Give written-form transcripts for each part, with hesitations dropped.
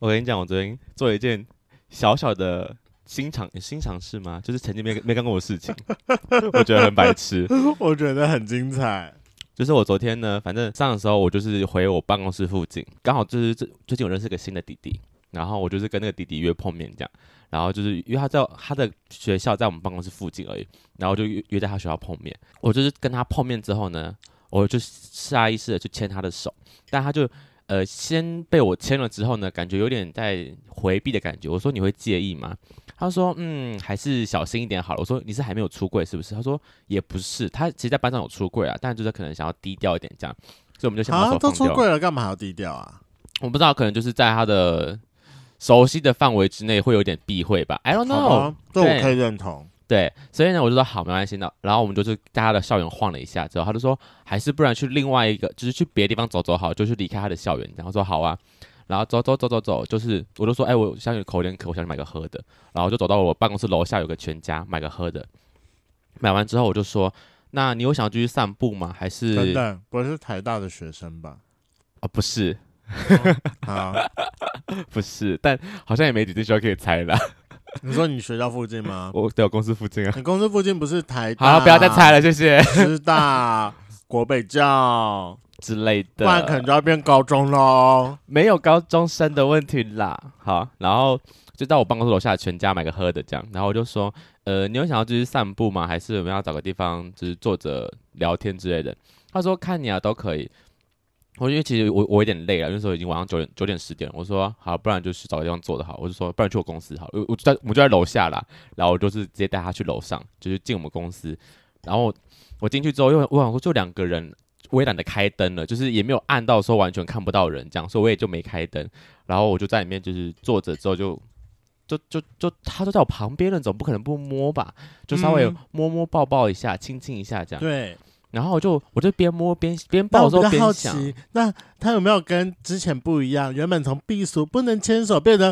我跟你讲，我昨天做了一件小小的新尝试吗？就是曾经没干过的事情，我觉得很白痴。 我觉得很精彩。 就是我昨天呢，反正上的时候我就是回我办公室附近，刚好就是最近我认识个新的弟弟，然后我就是跟那个弟弟约碰面这样，然后就是因为他的学校在我们办公室附近而已，然后就约在他学校碰面。我就是跟他碰面之后呢，我就下意识的去牵他的手，但他就先被我牵了之后呢，感觉有点在回避的感觉。我说你会介意吗？他说还是小心一点好了。我说你是还没有出柜是不是？他说也不是，他其实在班上有出柜啊，但就是可能想要低调一点这样，所以我们就先把手放掉。 都出柜了，干嘛还要低调啊？ 我不知道，可能就是在他的熟悉的范围之内会有点避讳吧。I don't know， 这我可以认同。 对，所以呢，我就说好，没关系的。然后我们就是在他的校园晃了一下之后，他就说还是不然去另外一个，就是去别的地方走走好，就是离开他的校园。然后说好啊，然后走，就是我就说，我现在有口有点渴，我想去买个喝的。然后就走到我办公室楼下有个全家，买个喝的。买完之后我就说，那你有想要继续散步吗？还是等等，不是台大的学生吧？ 不是， 好， 不是，但好像也没几只学校可以猜啦。 你说你学校附近吗？ 对，我公司附近啊。 你公司附近不是台大？ 好，不要再猜了，谢谢。 师大、国北教之类的， 不然可能就要变高中咯。 没有高中生的问题啦。好，然后就到我办公室楼下的全家买个喝的这样，然后我就说，你有想要继续散步吗？还是我们要找个地方就是坐着聊天之类的？他说看你啊，都可以。因为其实我有点累了，那时候已经晚上9点10点了。我说好，不然就去找个地方坐的好。我就说不然去我公司好，我们就在楼下啦。然后我就是直接带他去楼上，就是进我们公司。然后我进去之后，因为我想说就2个人，我也懒得开灯了，就是也没有暗到说完全看不到人这样，所以我也就没开灯。然后我就在里面就是坐着之后就他就在我旁边了，总不可能不摸吧？就稍微摸抱抱一下，亲亲一下这样。 对。 然后我就边摸边抱的时候边想， 好奇，那他有没有跟之前不一样？原本从避暑不能牵手变成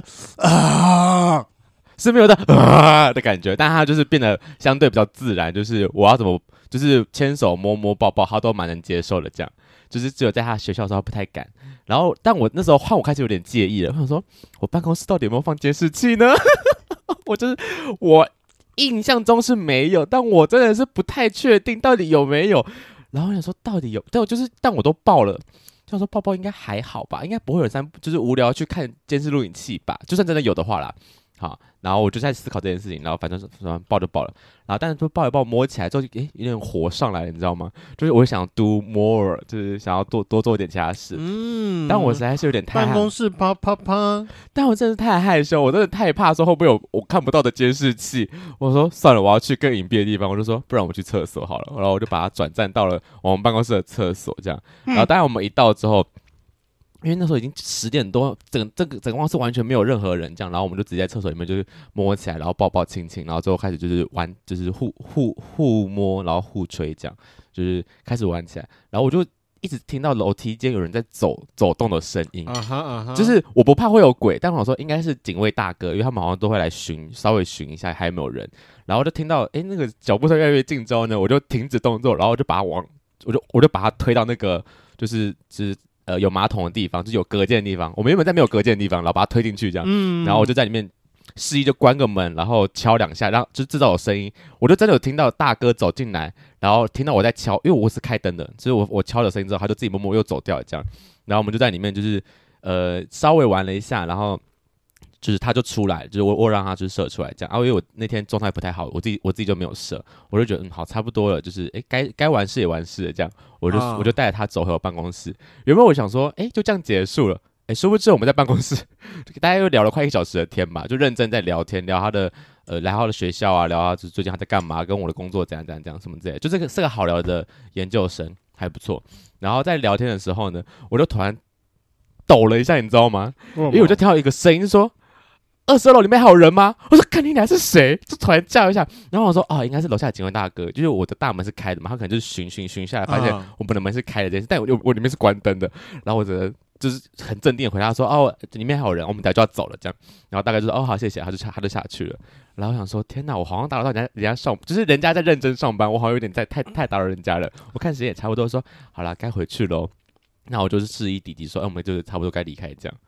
是没有的的感觉，但他就是变得相对比较自然，就是我要怎么就是牵手摸抱抱，他都蛮能接受的这样。就是只有在他学校的时候他不太敢。然后但我那时候换我开始有点介意了，我想说我办公室到底有没有放监视器呢？我印象中是没有，但我真的是不太确定到底有没有。然后我想说到底有，但我都报了，想说抱应该还好吧，应该不会有人就是无聊去看监视录影器吧，就算真的有的话啦。好，然后我就在思考这件事情，然后反正报就报了，然后但是就抱一抱摸起来之后，有点火上来了，你知道吗？就是我想 do more， 就是想要多做一点其他事。但我实在是有点太办公室啪啪啪， 但我真的是太害羞，我真的太怕说会不会有我看不到的监视器。我说算了，我要去更隐蔽的地方，我就说不然我们去厕所好了。然后我就把它转站到了我们办公室的厕所，这样。然后当然我们一到之后。因为那时候已经10点多，整个办公室完全没有任何人这样，然后我们就直接在厕所里面就是摸起来，然后抱抱亲亲，然后最后开始就是玩，就是互摸，然后互吹这样，就是开始玩起来。然后我就一直听到楼梯间有人在走动的声音，就是我不怕会有鬼，但我说应该是警卫大哥，因为他们好像都会来稍微巡一下还有没有人。然后就听到那个脚步声越来越近之后呢，我就停止动作，然后我就把他我就把他推到那个就是有马桶的地方，就是有隔间的地方。我们原本在没有隔间的地方，然后把它推进去这样。然后我就在里面示意就关个门，然后敲2下，然后就制造有声音。我就真的有听到大哥走进来，然后听到我在敲，因为我是开灯的，所以我敲了声音之后，他就自己默默又走掉了这样。然后我们就在里面就是稍微玩了一下，然后就是他就出来，就是我让他就是射出来这样。因为我那天状态不太好，我自己就没有射，我就觉得好差不多了，就是该完事也完事了这样。我就带着他走回我办公室。原本我想说就这样结束了，殊不知我们在办公室大概又聊了快1小时的天吧，就认真在聊天，聊他的聊他的学校啊，聊他最近他在干嘛，跟我的工作怎样什么之类的，就这个是个好聊的研究生，还不错。然后在聊天的时候呢，我就突然抖了一下，你知道吗？因为我就听到一个声音说22楼里面还有人吗？我说看你俩是谁？就突然叫一下，然后我说应该是楼下的警卫大哥，就是我的大门是开的嘛，他可能就是巡下来，发现我们的门是开的这件事，但我里面是关灯的，然后我就是很镇定的回答说里面还有人，我们等下就要走了这样，然后大概就说好谢谢，他就下去了。然后我想说天哪，我好像打扰到人家就是人家在认真上班，我好像有点太打扰人家了。我看时间也差不多，说好啦该回去咯。那我就是示意弟弟说我们就是差不多该离开这样。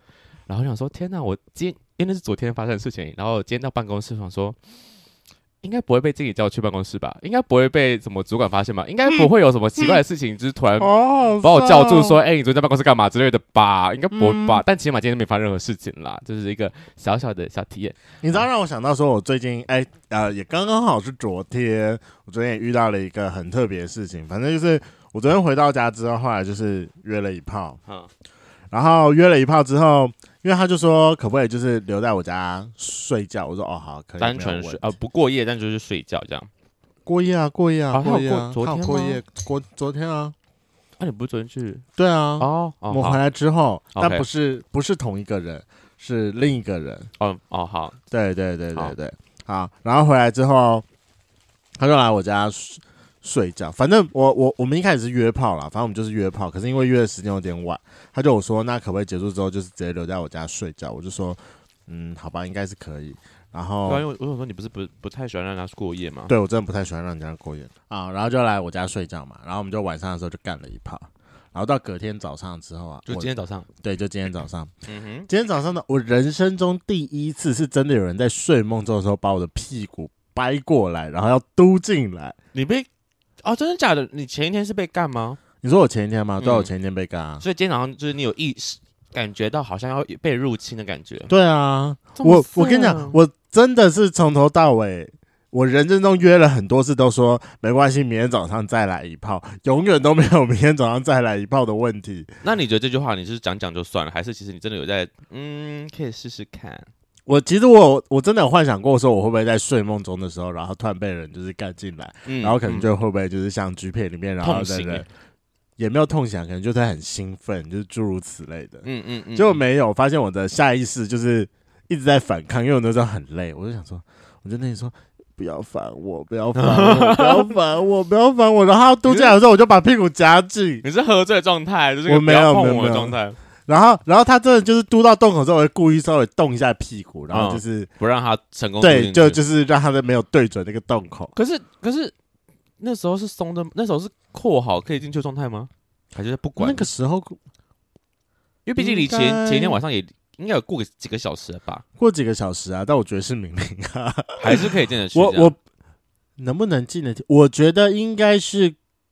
然后想说天哪，我今天因为那是昨天发生的事情，然后今天到办公室想说。应该不会被经理叫去办公室吧？应该不会被什么主管发现吧？应该不会有什么奇怪的事情，就是突然把我叫住说：“你昨天在办公室干嘛之类的吧？”应该不会吧？但起码今天都没发生任何事情啦，就是一个小小的小体验。 你知道让我想到说，我最近也刚刚好是昨天，我昨天也遇到了一个很特别的事情。反正就是我昨天回到家之后，后来就是约了一炮，然后约了一炮之后。因为他就说可不可以就是留在我家睡觉，我说好，可以， 单纯睡不过夜，但就是睡觉这样。 过夜啊，过夜啊， 过夜啊，昨天过夜昨天啊。 你不是昨天去？ 对啊。我回来之后，但不是同一个人，是另一个人。 好。 对，好，然后回来之后，他就来我家睡觉，反正我们一开始是约炮啦，反正我们就是约炮，可是因为约的时间有点晚，他就我说那可不可以结束之后就是直接留在我家睡觉？我就说好吧，应该是可以。然后因为我想说你不是不太喜欢让人家过夜吗？ 对，我真的不太喜欢让人家过夜啊。然后就来我家睡觉嘛，然后我们就晚上的时候就干了一炮，然后到隔天早上之后啊， 就今天早上， 对，就今天早上，今天早上呢，我人生中第一次是真的有人在睡梦中的时候把我的屁股掰过来，然后要嘟进来。 你被真的假的？你前一天是被干吗？ 你说我前一天吗？对，我前一天被干啊。 所以今天早上就是你有意识感觉到好像要被入侵的感觉。 对啊，我跟你讲，我真的是从头到尾，我人生中约了很多次都说没关系，明天早上再来一炮，永远都没有明天早上再来一炮的问题。 那你觉得这句话你是讲就算了，还是其实你真的有在可以试试看？ 其实我真的有幻想过说我会不会在睡梦中的时候，然后突然被人就是干进来，然后可能就会不会就是像G片里面，然后的人也没有痛醒，可能就是很兴奋，就是诸如此类的。结果没有，发现我的下意识就是一直在反抗，因为我那时候很累，我就想说，我就那里说不要烦我，不要烦我，不要烦我，不要烦我。然后他嘟进来的时候，我就把屁股夹紧。 你是喝醉的状态，就是我没有碰我的状态。 然后他真的就是嘟到洞口之后，我会故意稍微动一下屁股，然后就是不让他成功。 对，就是让他没有对准那个洞口。 可是那时候是松的，那时候是括好可以进去的状态吗？还是不管？ 那个时候， 因为毕竟你前一天晚上也应该有过几个小时了吧？ 过几个小时啊，但我觉得是明明啊， 还是可以进得去。 我能不能进得去？我觉得应该是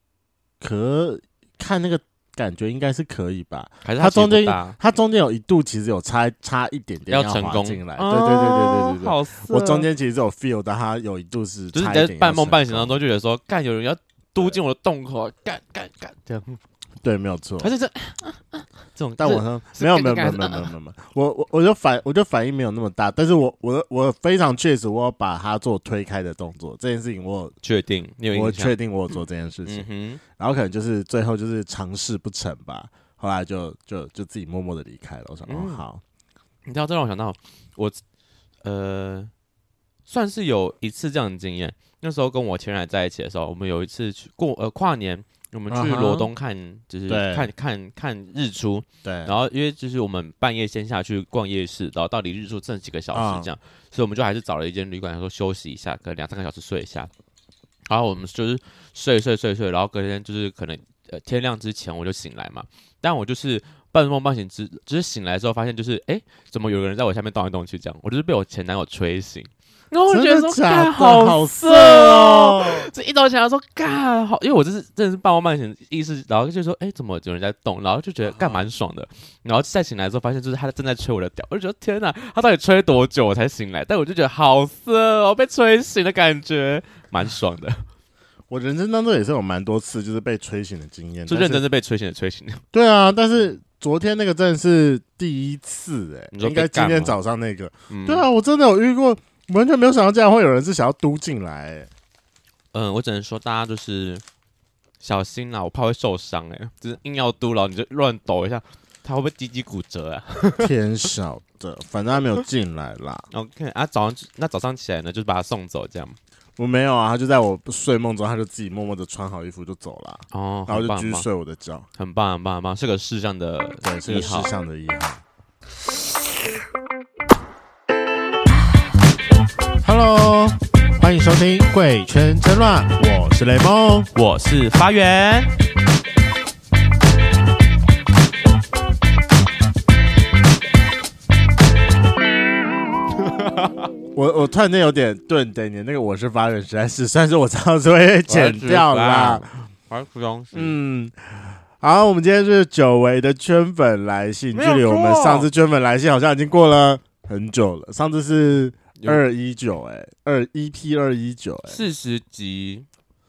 看那个。感觉应该是可以吧， 还是它中间有一度其实有差一点点要成功进来，对， 好我中间其实有 feel 到它有一度是就是你在半梦半醒当中就觉得说，干有人要嘟进我的洞口，干这样， 对，没有错， 而且这种， 但我说没有，我就反应没有那么大，但是我非常确实，我有把它做推开的动作，这件事情我确定， 我确定我有做这件事情，然后可能就是最后就是尝试不成吧，后来就自己默默的离开了。我说好， 你知道这让我想到我算是有一次这样的经验，那时候跟我前任在一起的时候，我们有一次去跨年。我们去罗东看，就是看日出。对。然后因为就是我们半夜先下去逛夜市，然后到离日出剩几个小时这样，所以我们就还是找了一间旅馆，说休息一下，可能2-3个小时睡一下。然后我们就是睡，然后隔天就是可能天亮之前我就醒来嘛。但我就是半梦半醒就是醒来之后发现就是怎么有个人在我下面动来动去这样，我就是被我前男友吹醒。然后我觉得说，干好色哦！这一早起来说，干好，因为我真的是半梦半醒意识，然后就说，怎么有人在动？然后就觉得干蛮爽的。然后再醒来之后，发现就是他正在吹我的屌，我就觉得天哪，他到底吹多久我才醒来？但我就觉得好色哦，被吹醒的感觉蛮爽的。 我人生当中也是有蛮多次就是被吹醒的经验， 就认真是被吹醒。 对啊，但是昨天那个真的是第一次应该今天早上那个。对啊，我真的有遇过。完全没有想到这样会有人是想要嘟进来我只能说大家就是小心啦，我怕会受伤就是硬要嘟，然后你就乱抖一下，他会不会鸡鸡骨折啊？ 天晓得，反正他没有进来啦。 OK 啊，早上起来呢，就是把他送走这样。 我没有啊，他就在我睡梦中，他就自己默默的穿好衣服就走了。然后就继续睡我的觉。 很棒，是个识相的对，是个识相的1号。Hello， 欢迎收听《贵圈争乱》，我是雷梦， 我是发源。 我突然间有点顿的，你那个我是发人实在是，虽然说我知道是会剪掉啦。 我要吃东西。 好，我们今天是久违的圈粉来信，距离我们上次圈粉来信好像已经过了很久了，上次是219EP219 40集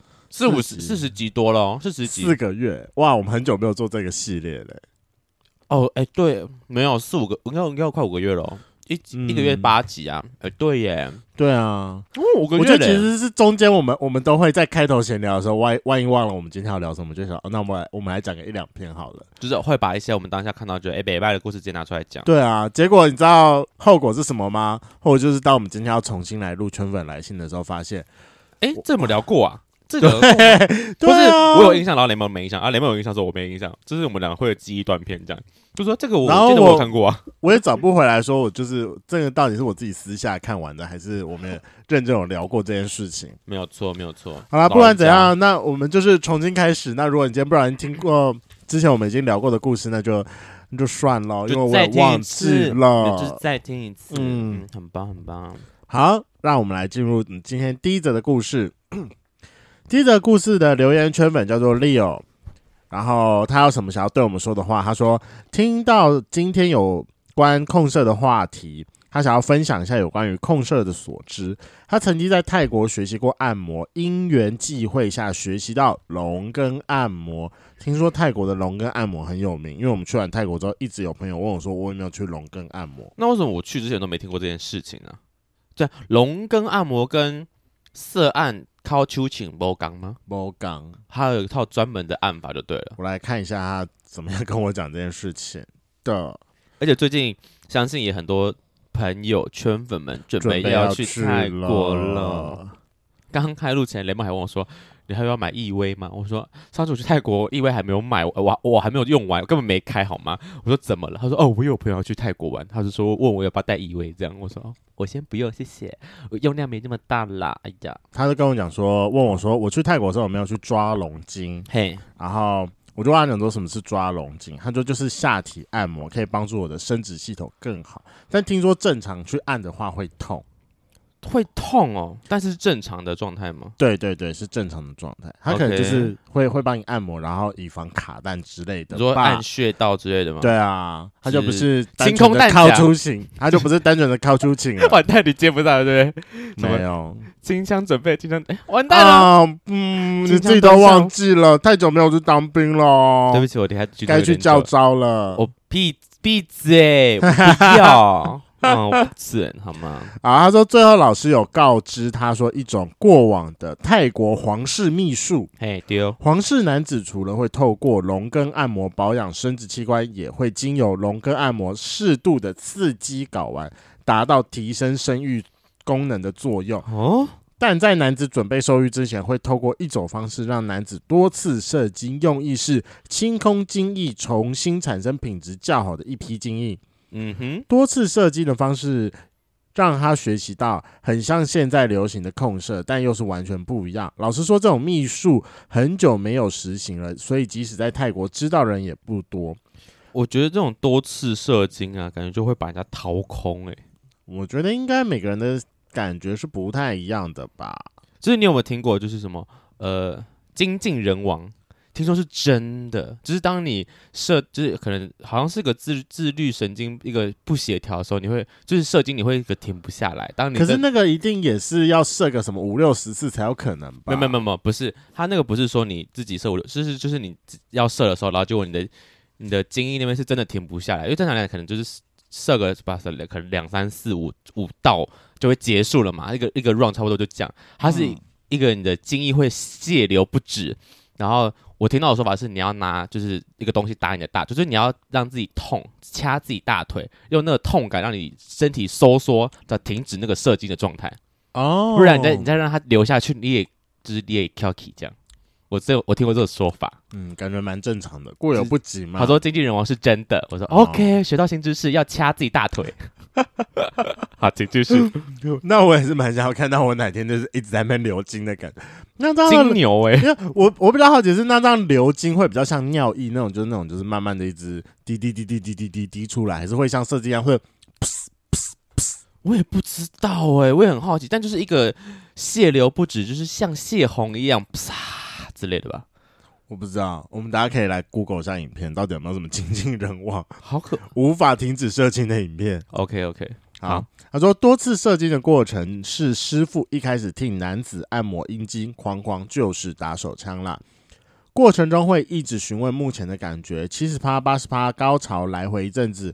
，40集多了哦，40集 4个月，哇，我们很久没有做这个系列了。 哦，对，没有4-5个，应该有快5个月了哦。一个月8集啊，对耶， 对啊 ，5个月。 我觉得其实是中间我们都会在开头闲聊的时候，万一忘了我们今天要聊什么，就想，那我们来讲个1-2篇好了， 就是会把一些我们当下看到觉得北拜的故事直接拿出来讲。 对啊，结果你知道后果是什么吗？后果就是当我们今天要重新来录圈粉来信的时候，发现， 这有没有聊过啊？这个不是我有印象，然后雷蒙没印象啊，雷蒙有印象说我没印象，就是我们两个会有记忆断片这样，就说这个我记得我有看过啊， 我也找不回来说我就是这个到底是我自己私下看完的，还是我们认真有聊过这件事情？ 没有错。 好啦，不管怎样，那我们就是重新开始。那如果你今天不然听过之前我们已经聊过的故事，那就算了，因为我也忘记了， 就是再听一次，很棒。 好，让我们来进入今天第一则的故事。第一则故事的留言圈粉叫做 Leo， 然后他有什么想要对我们说的话？他说听到今天有关控社的话题，他想要分享一下有关于控社的所知。他曾经在泰国学习过按摩，因缘际会下学习到龙根按摩。听说泰国的龙根按摩很有名，因为我们去完泰国之后，一直有朋友问我说我有没有去龙根按摩。 那为什么我去之前都没听过这件事情呢？对，龙根按摩跟色按靠秋请没讲吗？ 没讲， 他有一套专门的按法就对了。 我来看一下他怎么样跟我讲这件事情的。 而且最近相信也很多朋友圈粉们准备要去泰国了。刚开录前，雷蒙还问我说：“你还要买易威吗？”我说：“上次我去泰国，易威还没有买，我还没有用完，我根本没开好吗？”我说：“怎么了？”他说：“哦，我有朋友要去泰国玩，他就说问我要不要带易威这样。”我说：“哦，我先不用，谢谢，我用量没那么大啦。”哎呀， 他就跟我讲说，问我说我去泰国的时候有没有去抓龙筋？嘿，然后我就问他讲说什么是抓龙筋，他说就是下体按摩，可以帮助我的生殖系统更好，但听说正常去按的话会痛。 会痛哦，但是正常的状态吗？ 对，是正常的状态。他可能就是会帮你按摩，然后以防卡蛋之类的。 你说按穴道之类的吗？ 对啊，他就不是单纯的靠出型，他就不是单纯的靠出型。 完蛋，你接不到对不对？没有。 金枪准备，完蛋了。 你自己都忘记了，太久没有去当兵了。 对不起，我该去教招了。 我闭嘴，我不要。我不准好吗？ 他说最后老师有告知他说一种过往的泰国皇室秘术。 对， 皇室男子除了会透过龙根按摩保养生殖器官，也会经由龙根按摩适度的刺激睾丸，达到提升生育功能的作用。但在男子准备受孕之前，会透过一种方式让男子多次射精，用意是清空精液，重新产生品质较好的一批精液。多次射精的方式让他学习到很像现在流行的控射，但又是完全不一样。老实说，这种秘术很久没有实行了，所以即使在泰国知道人也不多。 我觉得这种多次射精啊，感觉就会把人家掏空。 我觉得应该每个人的感觉是不太一样的吧。 就是你有没有听过，就是什么精尽人亡？听说是真的，就是当你就是可能好像是个自律神经一个不协调的时候，你会就是射精，你会停不下来。 可是那个一定也是要射个什么5-60次才有可能吧？ 没有，不是，他那个不是说你自己射就是你要射的时候，然后结果你的精液那边是真的停不下来，因为正常来可能就是射个可能2、3、4、5道就会结束了嘛，一个 round 差不多就这样。它是一个你的精液会泄流不止，然后。我听到的说法是，你要拿就是一个东西打你的大腿，就是你要让自己痛，掐自己大腿，用那个痛感让你身体收缩，再停止那个射精的状态。不然你再让它流下去，你也 Kiki 这样。我听过这个说法， 感觉蛮正常的，过犹不及嘛。 他说经纪人王是真的，我说 OK， 学到新知识，要掐自己大腿。好，请继续。 那我也是蛮想要看到我哪天就是一直在那边流精的感觉。那这样金牛我比较好奇是那这样流精会比较像尿液那种，就是慢慢的一直滴出来，还是会像射精一样会噗噗噗噗？ 我也不知道我也很好奇，但就是一个血流不止，就是像泄洪一样啪之类的吧。 我不知道，我们大家可以来 Google 一下影片，到底有没有什么精尽人亡、 好可无法停止射精的影片。 OK， 好，他说多次射精的过程是师傅一开始替男子按摩阴茎，哐哐就是打手枪啦。过程中会一直询问目前的感觉，70%、80%高潮来回一阵子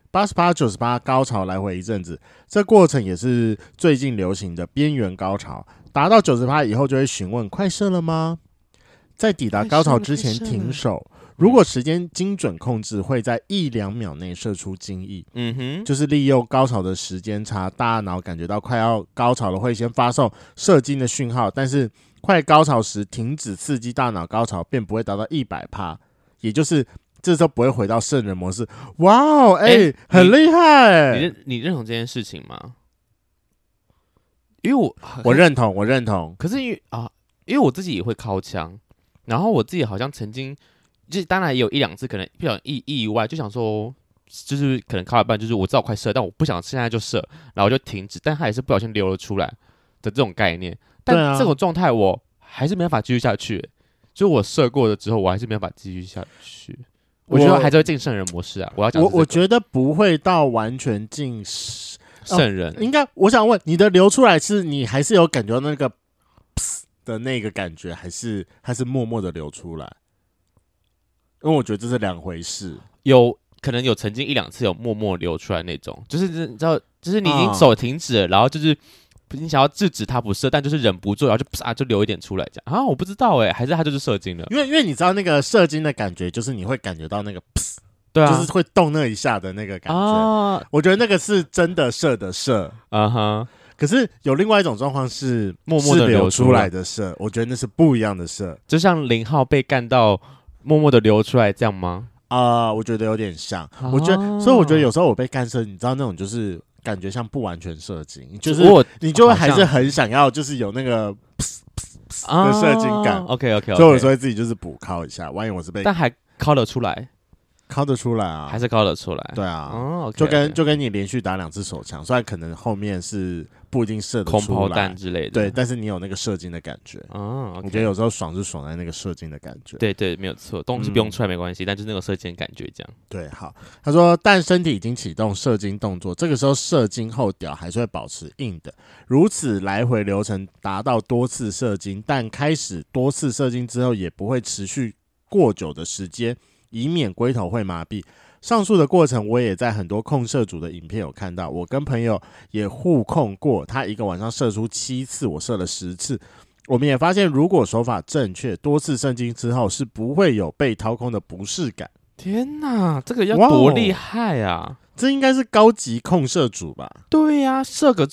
，80%、90%高潮来回一阵子。这过程也是最近流行的边缘高潮，达到90%以后就会询问快射了吗？在抵达高潮之前停手，如果时间精准控制，会在1-2秒内射出精液。就是利用高潮的时间差，大脑感觉到快要高潮了，会先发送射精的讯号，但是快高潮时停止刺激大脑高潮，便不会达到100%，也就是这时候不会回到圣人模式。哇哦，很厉害你认同这件事情吗？因为我认同。 可是因为我自己也会靠枪。然后我自己好像曾经，就当然也有1-2次可能不小心意外，就想说，就是可能靠一半，就是我知道我快射，但我不想现在就射，然后我就停止，但它也是不小心流了出来的这种概念。但这种状态我还是没办法继续下去，就我射过了之后，我还是没办法继续下去。我觉得还是会进圣人模式啊。 我觉得不会到完全进圣人。 应该，我想问你的流出来是你还是有感觉到那个的那个感觉，还是它是默默的流出来？因为我觉得这是两回事。 可能有曾经1-2次有默默流出来那种，就是你知道，就是你已经手停止了，然后就是你想要制止它不射，但就是忍不住，然后就流一点出来这样。我不知道还是它就是射精了。 因为你知道那个射精的感觉，就是你会感觉到那个对啊， 就是会动那一下的那个感觉。我觉得那个是真的射的射。可是有另外一种状况是默默的流出来的射，我觉得那是不一样的射。 就像0号被干到默默的流出来这样吗？ 我觉得有点像。所以我觉得有时候我被干射，你知道那种就是感觉像不完全射精，就是你就会还是很想要，就是有那个的射精感。 OK， 所以我说自己就是补敲一下，万一我是被， 但还敲得出来。 敲得出来啊， 还是敲得出来。 对啊， okay, 就跟你连续打2次手枪，虽然可能后面是不一定射得出来， 空抛弹之类的， 对，但是你有那个射精的感觉。 okay, 我觉得有时候爽是爽在那个射精的感觉。 对，没有错，东西不用出来没关系，但就是那个射精的感觉这样。 对，好，他说，但身体已经启动射精动作，这个时候射精后屌还是会保持硬的，如此来回流程达到多次射精，但开始多次射精之后也不会持续过久的时间，以免龟头会麻痹。上述的过程我也在很多控射组的影片有看到，我跟朋友也互控过，他一个晚上射出7次，我射了10次。我们也发现，如果手法正确，多次射精之后是不会有被掏空的不适感。 天哪，这个要多厉害啊！ 这应该是高级控射组吧？ 对呀，射了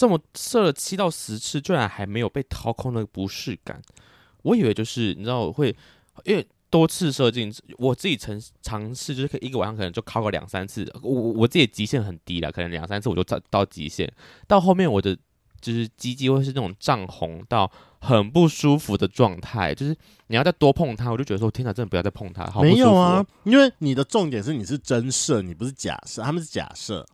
7到10次，居然还没有被掏空的不适感。我以为就是你知道因为多次射精，我自己尝试就是可以一个晚上可能就敲个2-3次，我自己的极限很低啦，可能2-3次我就到极限，到后面我的就是鸡鸡会是那种涨红到很不舒服的状态，就是你要再多碰它，我就觉得说天哪，真的不要再碰它，好不舒服。 没有啊，因为你的重点是你是真射，你不是假射，他们是假射。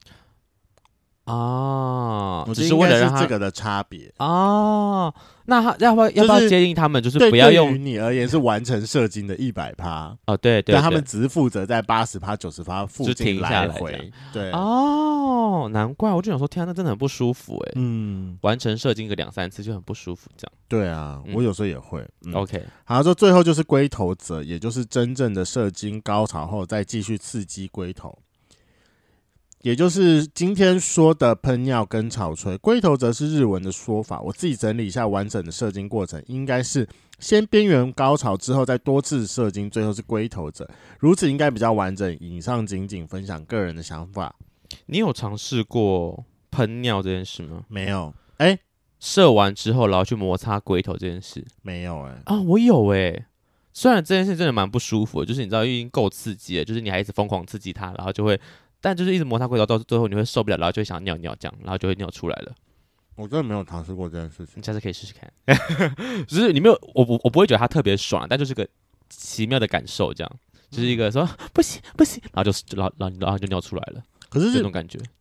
只是为了让他这个的差别那他要不要接应他们？就是不要用对于你而言是完成射精的100% 对， 但他们只是负责在80%、90%附近来回。对难怪我就想说，天啊，那真的很不舒服完成射精个2-3次就很不舒服，这样。 对啊，我有时候也会。 OK， 好，说最后就是龟头则，也就是真正的射精高潮后再继续刺激龟头。也就是今天说的喷尿跟草吹，龟头则是日文的说法。我自己整理一下完整的射精过程，应该是先边缘高潮之后再多次射精，最后是龟头者，如此应该比较完整。以上仅分享个人的想法。 你有尝试过喷尿这件事吗？ 没有。 射完之后然后去摩擦龟头这件事没有。 我有虽然这件事真的蛮不舒服的，就是你知道已经够刺激了，就是你还一直疯狂刺激它，然后就会。但就是一直摩擦龟头，到最后你会受不了，然后就会想尿尿这样，然后就会尿出来了。 我真的没有尝试过这件事情， 你下次可以试试看。就是你没有，我不会觉得它特别爽，但就是个奇妙的感受，这样就是一个说不行，然后就尿出来了。可是这种感觉，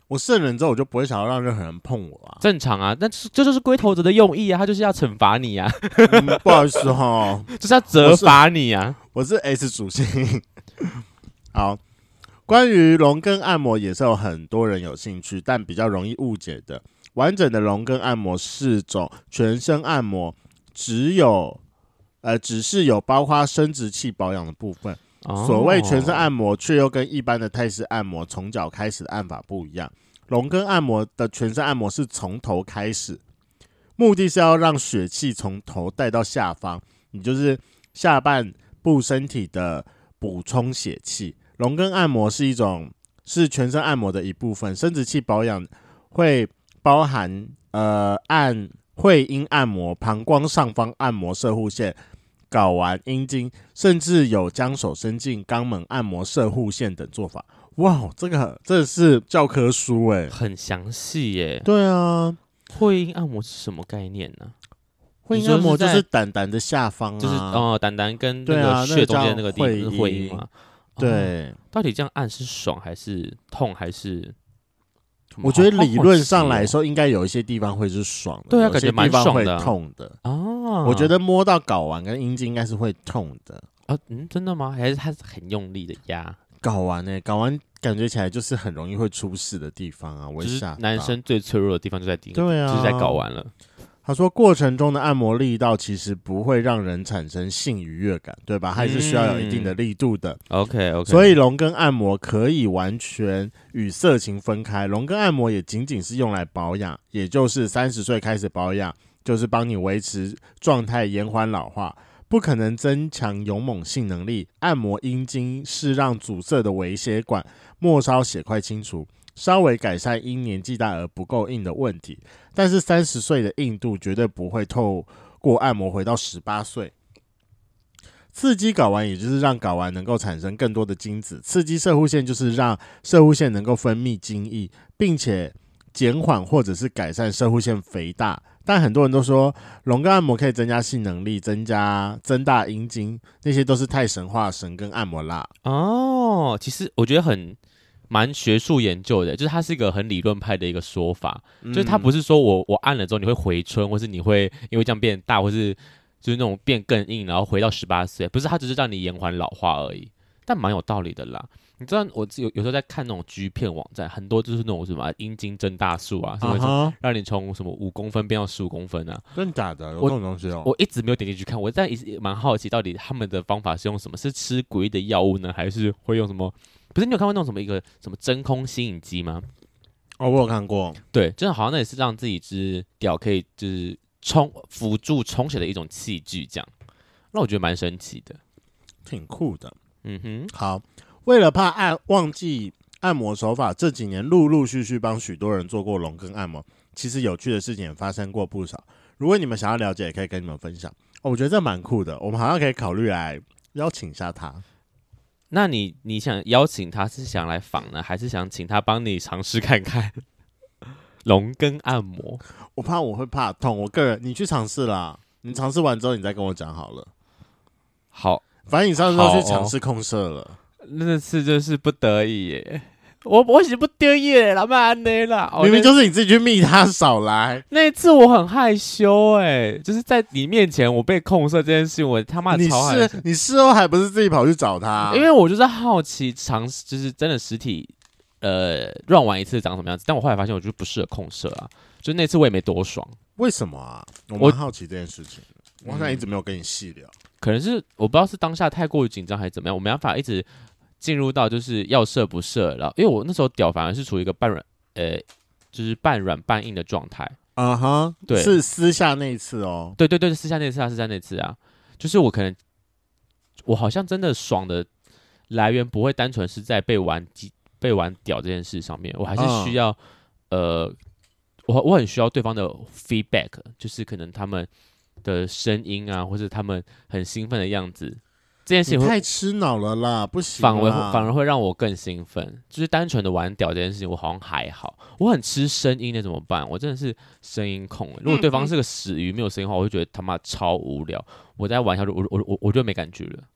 我圣人之后，我就不会想要让任何人碰我啊。 正常啊，但这就是龟头者的用意啊，他就是要惩罚你啊。 不好意思哈， 就是要责罚你啊。 我是 S 属性。好，关于龙根按摩也是有很多人有兴趣，但比较容易误解的。完整的龙根按摩是种全身按摩，只是有包括生殖器保养的部分。所谓全身按摩，却又跟一般的泰式按摩从脚开始的按法不一样。龙根按摩的全身按摩是从头开始，目的是要让血气从头带到下方，你就是下半部身体的补充血气。龙根按摩是全身按摩的一部分，生殖器保养会包含按会阴按摩、膀胱上方按摩射护线、睾丸、阴茎，甚至有将手伸进肛门按摩射护线等做法。哇，这是教科书欸， 很详细耶。 对啊， 会阴按摩是什么概念呢？ 会阴按摩就是胆胆的下方啊， 就是胆胆跟那个穴中间那个地方是会阴嘛。 对， 到底这样按是爽还是痛还是？ 我觉得理论上来说，应该有一些地方会是爽的， 对啊，感觉蛮爽的， 有些地方会痛的哦。我觉得摸到睾丸跟阴茎应该是会痛的啊。真的吗？还是它是很用力的压睾丸呢？睾丸感觉起来就是很容易会出事的地方啊。 就是男生最脆弱的地方就在对啊， 就是在睾丸了。 他说，过程中的按摩力道其实不会让人产生性愉悦感，对吧？还是需要有一定的力度的。 OK， 所以龙根按摩可以完全与色情分开。龙根按摩也仅仅是用来保养，也就是30岁开始保养，就是帮你维持状态，延缓老化，不可能增强勇猛性能力。按摩阴茎是让阻塞的微血管末梢血块清除，稍微改善因年纪大而不够硬的问题，但是30岁的硬度绝对不会透过按摩回到18岁。刺激睾丸也就是让睾丸能够产生更多的精子，刺激射护腺就是让射护腺能够分泌精液，并且减缓或者是改善射护腺肥大。但很多人都说龙根按摩可以增加性能力、增大阴茎，那些都是太神话神根按摩啦。 哦，其实我觉得蛮学术研究的，就是它是一个很理论派的一个说法，就是它不是说我按了之后你会回春，或是你会因为这样变大，或是就是那种变更硬，然后回到18岁，不是，它只是让你延缓老化而已，但蛮有道理的啦。你知道我有时候在看那种 G 片网站，很多就是那种什么阴茎增大术啊，什么让你从什么5公分变到15公分啊， 真的假的？有这种东西哦？ 我一直没有点进去看，我在蛮好奇，到底他们的方法是用什么？是吃诡异的药物呢，还是会用什么？不是，你有看过那种一个什么真空吸引机吗？ 哦，我有看过。 对，真的好像那也是让自己只屌可以就是辅助充血的一种器具，这样让我觉得蛮神奇的， 挺酷的。 嗯哼， 好，为了怕忘记按摩手法，这几年陆陆续续帮许多人做过龙根按摩。其实有趣的事情也发生过不少，如果你们想要了解，也可以跟你们分享。我觉得这蛮酷的，我们好像可以考虑来邀请一下他。 那你想邀请他是想来访呢，还是想请他帮你尝试看看龙根按摩？ 我怕我会怕痛，我个人你去尝试啦，你尝试完之后你再跟我讲好了。 好， 反正你上次都去尝试控射了， 那次就是不得已耶。我是不得已的啦，慢的啦。 明明就是你自己去密他，少来。 那一次我很害羞就是在你面前我被控射这件事情，我他妈超害羞。 你事后还不是自己跑去找他？ 因为我就是好奇尝试，就是真的实体乱玩一次长什么样子。但我后来发现我就不适合控射啊，就那次我也没多爽。 为什么啊？我蛮好奇这件事情。我好像一直没有跟你细聊。 可能是我不知道是当下太过于紧张还是怎么样，我没办法一直进入到就是要射不射，然后因为我那时候屌反而是处于一个就是半软半硬的状态。 啊哈，对，是私下那一次哦。 对，私下那次啊，就是我好像真的爽的来源不会单纯是在被玩屌这件事上面，我还是需要我很需要对方的 feedback， 就是可能他们的声音啊，或是他们很兴奋的样子，这件事情太吃脑了啦，不行啦， 反而会让我更兴奋。就是单纯的玩屌这件事情，我好像还好。我很吃声音的怎么办？我真的是声音控。如果对方是个死鱼没有声音的话，我会觉得他妈超无聊。我在玩下去，我就没感觉了。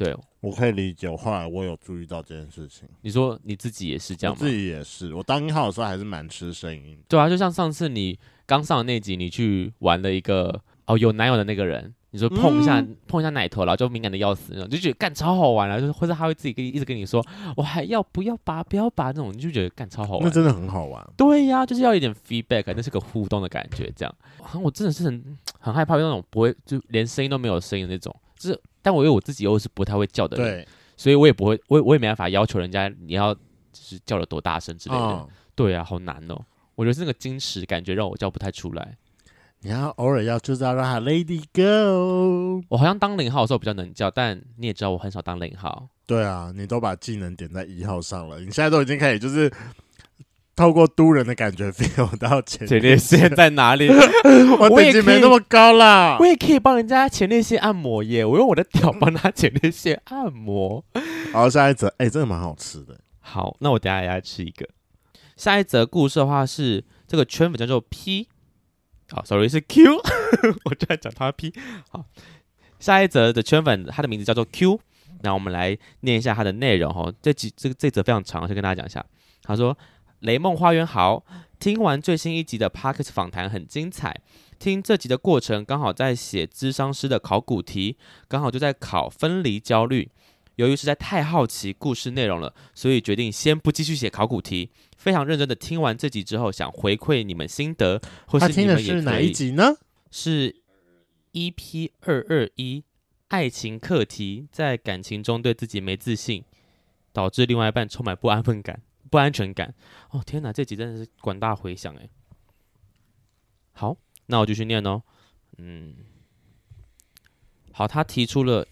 对， 我可以理解，后来我有注意到这件事情。 你说你自己也是这样吗？ 我自己也是，我当1号的时候还是蛮吃声音。 对啊，就像上次你刚上的那集，你去玩了一个有男友的那个人，你说碰一下奶头，然后就敏感的要死那种，就觉得干超好玩了，就是或者他会自己一直跟你说，我还要不要拔那种，你就觉得干超好玩。 那真的很好玩。 对呀，就是要一点 feedback， 那是个互动的感觉，这样。我真的是很害怕那种不会就连声音都没有声音的那种，就是但我因为我自己又是不太会叫的人， 对， 所以我也不会，我也没办法要求人家你要就是叫了多大声之类的。对啊，好难哦。我觉得是那个矜持感觉让我叫不太出来。 你要偶尔就是要让他 Lady Go。 我好像当0号的时候比较能叫，但你也知道我很少当0号。 对啊，你都把技能点在1号上了，你现在都已经可以就是透过督人的感觉 feel 到前列腺在哪里。 我等级没那么高啦， 我也可以帮人家前列腺按摩耶，我用我的屌帮他前列腺按摩。 好，下一则，真的蛮好吃的。 好，那我等一下也来吃一个。下一则故事的话是这个圈粉叫做 P。好 ，sorry 是 Q， 我就在讲他 P。好，下一则的圈粉，他的名字叫做 Q。那我们来念一下他的内容哈。这则非常长，先跟大家讲一下。他说：“雷梦花园好，听完最新一集的 Podcast 访谈很精彩。听这集的过程，刚好在写諮商師的考古题，刚好就在考分离焦虑。由于实在太好奇故事内容了，所以决定先不继续写考古题。非常认真的听完这集之后，想回馈你们心得，或是你们也可以。”他听的是哪一集呢？ 是 EP221，爱情课题，在感情中对自己没自信，导致另外一半充满不安全感。哦天哪，这集真的是广大回响哎。好，那我继续念哦。好，他提出了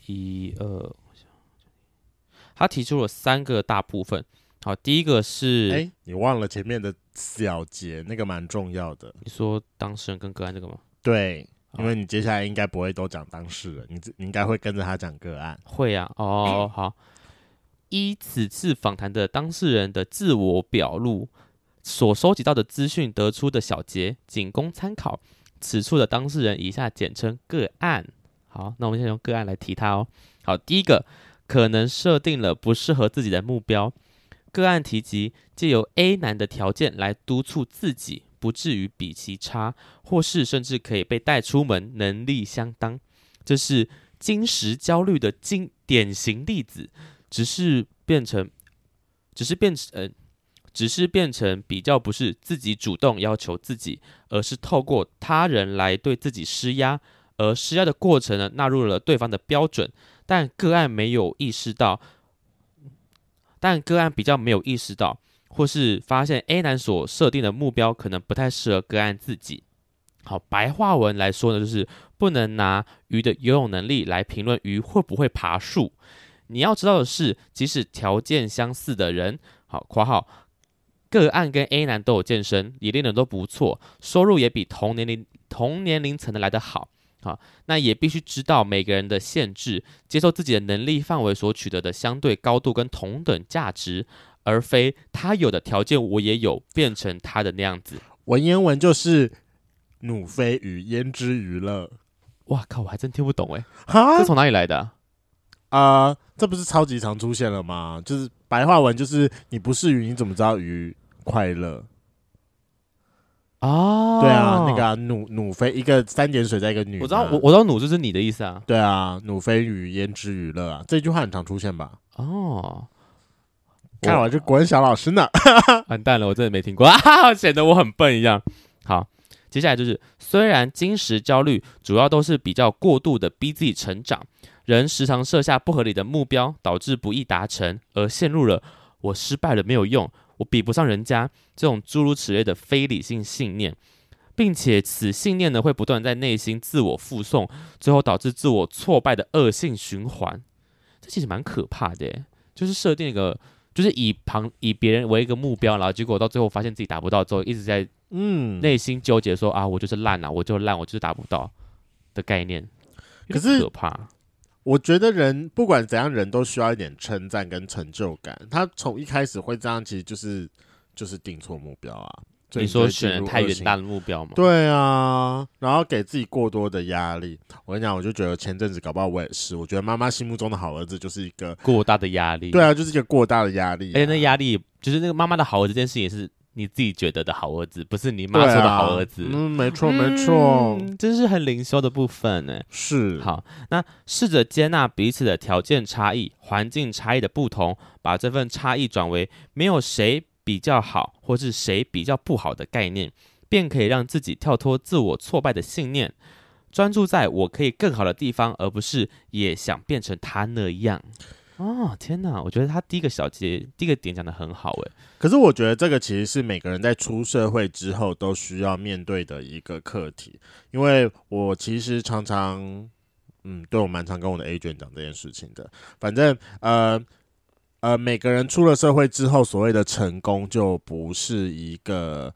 3个大部分。好，第一个是， 你忘了前面的小节，那个蛮重要的。 你说当事人跟个案这个吗？ 对，因为你接下来应该不会都讲当事人，你应该会跟着他讲个案。 会啊，好。依此次访谈的当事人的自我表露所收集到的资讯得出的小结，仅供参考。此处的当事人以下简称个案。好，那我们先用个案来提他哦。好，第一个可能设定了不适合自己的目标。个案提及借由 A 男的条件来督促自己不至于比其差，或是甚至可以被带出门，能力相当。这是精实焦虑的典型例子，只是变成比较不是自己主动要求自己，而是透过他人来对自己施压，而施压的过程呢纳入了对方的标准，但个案比较没有意识到，或是发现 A 男所设定的目标可能不太适合个案自己。好，白话文来说呢，就是不能拿鱼的游泳能力来评论鱼会不会爬树。你要知道的是，即使条件相似的人，好括号个案跟 A 男都有健身，也练得都不错，收入也比同年龄层的来得好。好，那也必须知道每个人的限制，接受自己的能力范围所取得的相对高度跟同等价值，而非他有的条件我也有，变成他的那样子。 文言文就是弩飞鱼焉知鱼乐。 哇靠，我还真听不懂这从哪里来的这不是超级常出现了吗？就是白话文就是你不是鱼，你怎么知道鱼快乐？对啊，那个弩飞一个3点水在一个女， 我知道弩就是你的意思啊。 对啊，弩飞鱼焉知鱼乐啊，这句话很常出现吧？看我就国文小老师呢。 完蛋了，我真的没听过显得我很笨一样。好，接下来就是虽然精实焦虑主要都是比较过度的逼自己成长，人时常设下不合理的目标，导致不易达成，而陷入了我失败了没有用，我比不上人家这种诸如此类的非理性信念，并且此信念呢会不断在内心自我附送，最后导致自我挫败的恶性循环。这其实蛮可怕的耶，就是设定一个，就是以别人为一个目标，然后结果到最后发现自己达不到之后，一直在内心纠结说我就是烂啊，我就是达不到的概念，可是可怕。 我觉得人不管怎样，人都需要一点称赞跟成就感。他从一开始会这样，其实就是定错目标啊。 你说选太远大的目标吗？ 对啊，然后给自己过多的压力。我跟你讲，我就觉得前阵子搞不好我也是，我觉得妈妈心目中的好儿子就是一个过大的压力。 对啊，就是一个过大的压力、 而且那压力就是那个妈妈的好儿子这件事情也是你自己觉得的好儿子，不是你妈说的好儿子。 没错没错， 这是很灵修的部分呢。 是。 好，那试着接纳彼此的条件差异、环境差异的不同，把这份差异转为没有谁比较好或是谁比较不好的概念，便可以让自己跳脱自我挫败的信念，专注在我可以更好的地方，而不是也想变成他那样。哦，天哪！我觉得他第一个点讲得很好诶。 可是我觉得这个其实是每个人在出社会之后都需要面对的一个课题，因为我其实常常，对我蛮常跟我的 agent 讲这件事情的。反正每个人出了社会之后，所谓的成功就不是一个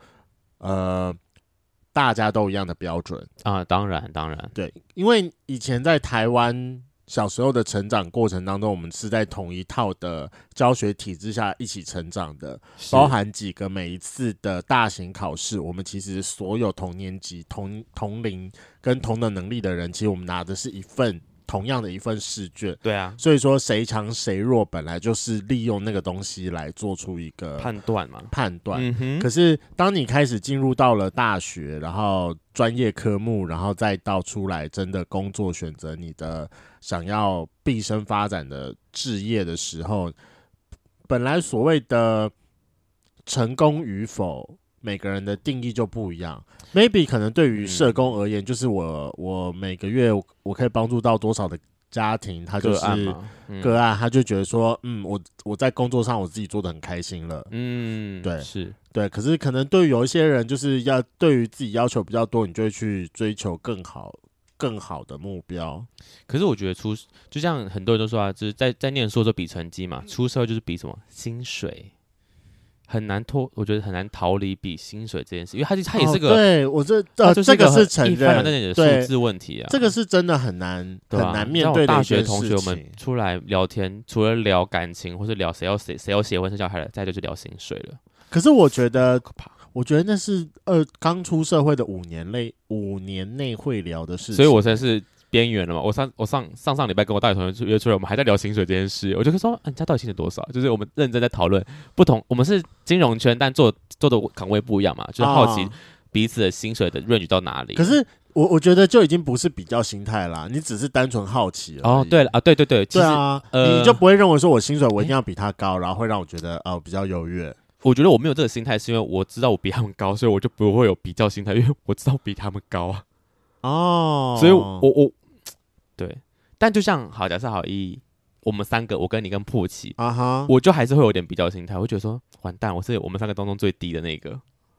大家都一样的标准啊。当然， 对，因为以前在台湾。小时候的成长过程当中，我们是在同一套的教学体制下一起成长的，包含几个每一次的大型考试，我们其实所有同年级、同龄跟同等能力的人，其实我们拿的是同样的一份试卷。 对啊， 所以说谁强谁弱，本来就是利用那个东西来做出一个判断嘛。 可是当你开始进入到了大学，然后专业科目，然后再到出来真的工作，选择你的想要毕生发展的志业的时候，本来所谓的成功与否，每个人的定义就不一样。maybe 可能对于社工而言，就是我每个月我可以帮助到多少的家庭，他就是个案，他就觉得说，我在工作上我自己做得很开心了。对， 是对。可是可能对于有一些人，就是对于自己要求比较多，你就会去追求更好的目标。 可是我觉得就像很多人都说啊，就是在念书的时候比成绩嘛，出社会就是比什么薪水。很难我觉得很难逃离比薪水这件事，因为它也是个， 对我这个是承认的数字问题啊， 这个是真的很难面对的大学同学我们出来聊天，除了聊感情或是聊谁要结婚生小孩了，再就是聊薪水了。 可是我觉得那是刚出社会的5年内会聊的事情， 所以我才是边缘了嘛。我上礼拜跟我大学同学约出来，我们还在聊薪水这件事。我就说，你家到底薪水多少？就是我们认真在讨论不同，我们是金融圈，但做的岗位不一样嘛，就是好奇彼此的薪水的 range 到哪里。 可是我觉得就已经不是比较心态啦，你只是单纯好奇而已。 对了啊，对，其实你就不会认为说我薪水我一定要比他高，然后会让我觉得比较优越。 我觉得我没有这个心态，是因为我知道我比他们高，所以我就不会有比较心态，因为我知道比他们高啊。所以我对，但就像假设我们3个，我跟你跟破奇我就还是会有点比较心态，我会觉得说完蛋，我是我们3个当中最低的那个。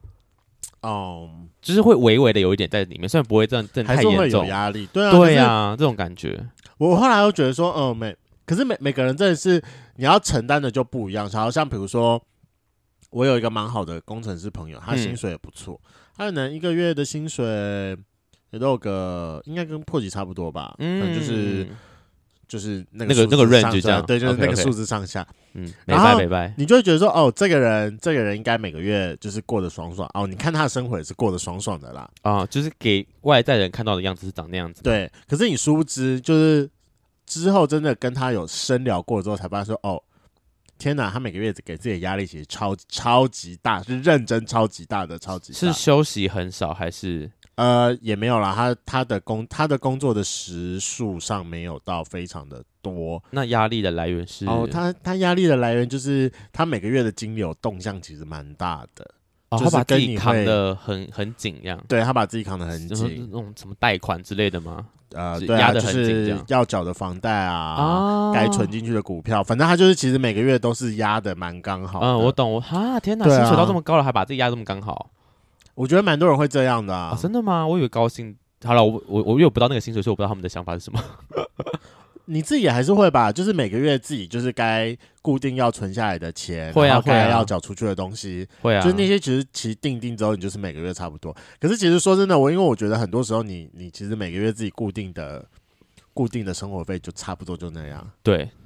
就是会微微的有一点在里面，虽然不会这样太严重， 还是会有压力。 对啊，这种感觉。 我后来又觉得说，可是每个人真的是你要承担的就不一样。像比如说，我有一个蛮好的工程师朋友，他薪水也不错，他可能1个月的薪水也都有个，应该跟破级差不多吧，可能就是那个 range 这样， 对，就是那个数字上下。 然后你就会觉得说，这个人应该每个月就是过得爽爽你看他的生活也是过得爽爽的啦。 就是给外在人看到的样子是长那样子。 对，可是你殊不知，就是之后真的跟他有深聊过之后，才发现说，天哪，他每个月给自己的压力其实超级大，是认真超级大的，超级大。 是休息很少还是？ 也没有啦，他的工作的时数上没有到非常的多。 那压力的来源是？ 他压力的来源就是他每个月的金流动向其实蛮大的。 他把自己扛得很紧，这样。 对，他把自己扛得很紧， 那种什么贷款之类的吗？ 对啊，就是要缴的房贷该存进去的股票，反正他就是其实每个月都是压的蛮刚好的。 我懂。天哪，薪水到这么高了，还把自己压这么刚好。 我觉得蛮多人会这样的真的吗？我以为高兴。好了，我因为我不知道那个薪水，所以我不知道他们的想法是什么。 你自己也还是会吧，就是每个月自己就是该固定要存下来的钱， 会然后该要缴出去的东西， 会啊， 就是那些其实定之后，你就是每个月差不多。可是其实说真的，因为我觉得很多时候你其实每个月自己固定的生活费就差不多就那样。 对，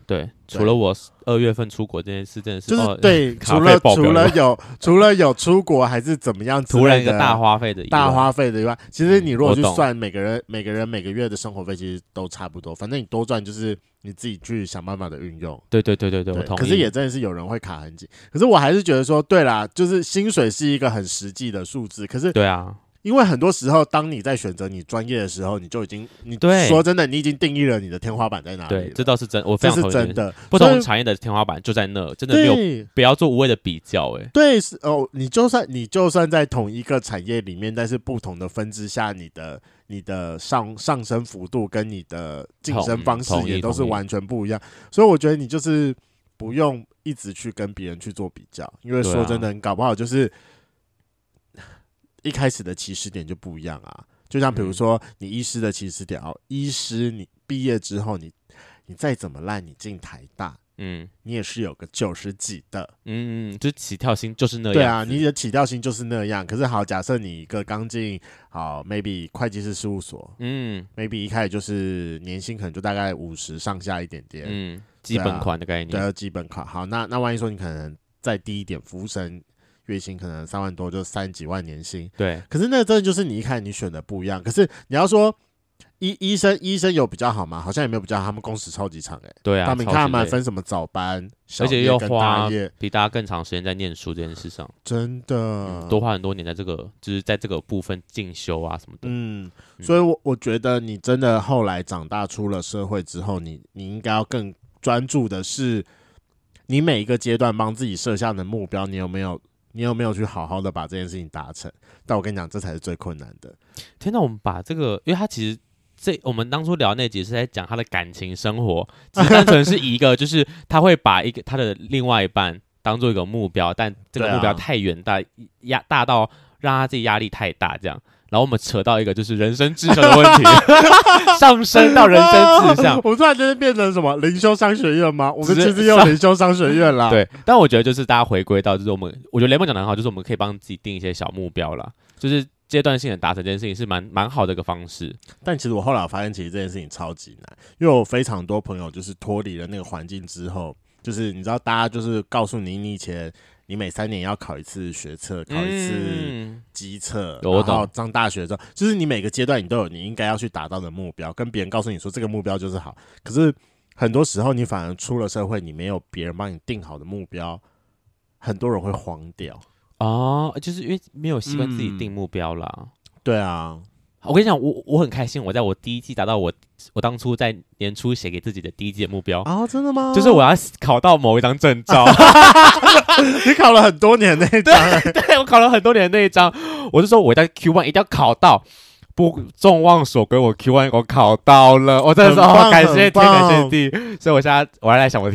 对，除了我2月份出国这件事，真的是就是对，除了有出国还是怎么样之类的， 突然一个大花费的以外，其实你如果去算每个人每个月的生活费，其实都差不多，反正你多赚就是你自己去想办法的运用。 对，我同意。 可是也真的是有人会卡很紧，可是我还是觉得说，对啦，就是薪水是一个很实际的数字，可是对啊。 因为很多时候，当你在选择你专业的时候，你就已经，说真的，你已经定义了你的天花板在哪里了。 对，这倒是真，我非常同意。 这是真的， 不同产业的天花板就在那，真的没有，不要做无谓的比较。 对，你就算在同一个产业里面，但是不同的分支下，你的上升幅度跟你的晋升方式也都是完全不一样。所以我觉得你就是不用一直去跟别人去做比较，因为说真的，你搞不好就是。一开始的起始点就不一样啊，就像比如说你医师的起始点医师你毕业之后你再怎么烂，你进台大，你也是有个90几的， 就是起跳薪就是那样。 对啊，你的起跳薪就是那样。可是好，假设你一个刚进maybe 会计师事务所，maybe 一开始就是年薪可能就大概50上下一点点， 基本款的概念， 对，基本款。好，那万一说你可能再低一点，服务生。月薪可能3万多，就30几万年薪。 对， 可是那真的就是你一看你选的不一样。可是你要说医生有比较好吗？好像也没有比较好，他们工时超级长对啊， 他们看他们分什么早班， 而且又花比大家更长时间在念书这件事上， 真的多花很多年在这个就是在这个部分进修啊什么的。 所以我觉得你真的后来长大出了社会之后，你应该要更专注的是你每一个阶段帮自己设下的目标，你有没有去好好的把这件事情达成？但我跟你讲，这才是最困难的。 天哪，我们把这个，因为他其实我们当初聊那集是在讲他的感情生活，只是单纯是一个，就是他会把他的另外一半当做一个目标，但这个目标太远大，大到让他自己压力太大，这样。然后我们扯到一个就是人生志向的问题，上升到人生志向。 我突然间变成什么灵修商学院吗？我们其实有灵修商学院啦。 对，但我觉得就是大家回归到就是我觉得雷梦讲的很好，就是我们可以帮自己定一些小目标啦，就是阶段性的达成这件事情是蛮好的一个方式。 但其实我后来发现，其实这件事情超级难，因为我非常多朋友就是脱离了那个环境之后，就是你知道，大家就是告诉你以前。你每3年要考一次学测，考一次基测，然后上大学之后，就是你每个阶段你都有你应该要去达到的目标，跟别人告诉你说这个目标就是好。可是很多时候你反而出了社会，你没有别人帮你定好的目标，很多人会慌掉就是因为没有习惯自己定目标啦。 对啊。 我跟你讲，我很开心，我在我第一季达到我当初在年初写给自己的第一季的目标真的吗？ 就是我要考到某一张证照。 你考了很多年那一张， 对，我考了很多年那一张，我就说我在 Q1 一定要考到，不众望所归，我 Q1 我考到了，我真的是感谢天感谢地，所以我现在我还来想我的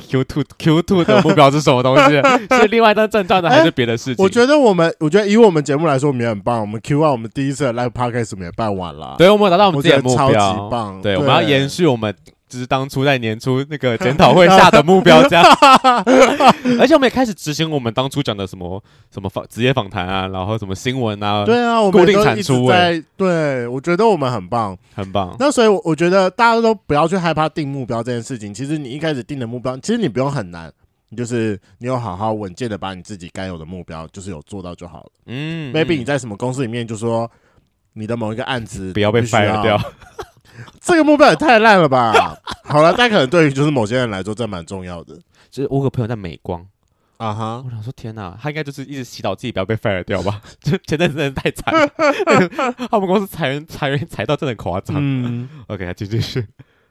Q2 的目标是什么东西，是另外一张证照呢，还是别的事情？ 我觉得以我们节目来说，我们也很棒。我们 Q1 我们第一次的 Live Podcast 我们也办完了， 对，我们有达到我们自己的目标， 超级棒。 对，我们要延续我们就是当初在年初那个检讨会下的目标，这样。而且我们也开始执行我们当初讲的什么职业访谈啊，然后什么新闻啊， 对啊，我们固定产出。对，我觉得我们很棒， 很棒。 那所以我觉得大家都不要去害怕定目标这件事情。其实你一开始定的目标，其实你不用很难，就是你有好好稳健的把你自己该有的目标，就是有做到就好了。maybe 你在什么公司里面，就说你的某一个案子不要被 fire 掉。 这个目标也太烂了吧！好了，但可能对于就是某些人来说，这蛮重要的。 就是我有个朋友在美光我想说天哪，他应该就是一直祈祷自己不要被 fire 掉吧？就前阵子真的太惨了，他们公司裁员裁到真的夸张。OK， 继续。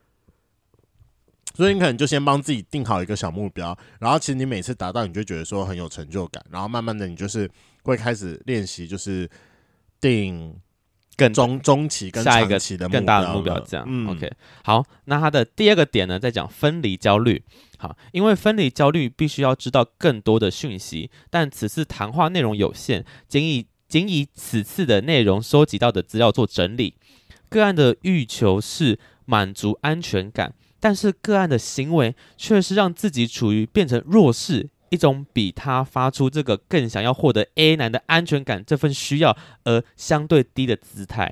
所以你可能就先帮自己定好一个小目标，然后其实你每次达到，你就觉得说很有成就感，然后慢慢的你就是会开始练习，就是定。更中期跟长期的更大的目标，这样。OK， 好，那他的第二个点呢，在讲分离焦虑。好，因为分离焦虑必须要知道更多的讯息，但此次谈话内容有限，仅以此次的内容收集到的资料做整理。个案的欲求是满足安全感，但是个案的行为却是让自己处于变成弱势。一种比他发出这个更想要获得 A 男的安全感这份需要而相对低的姿态，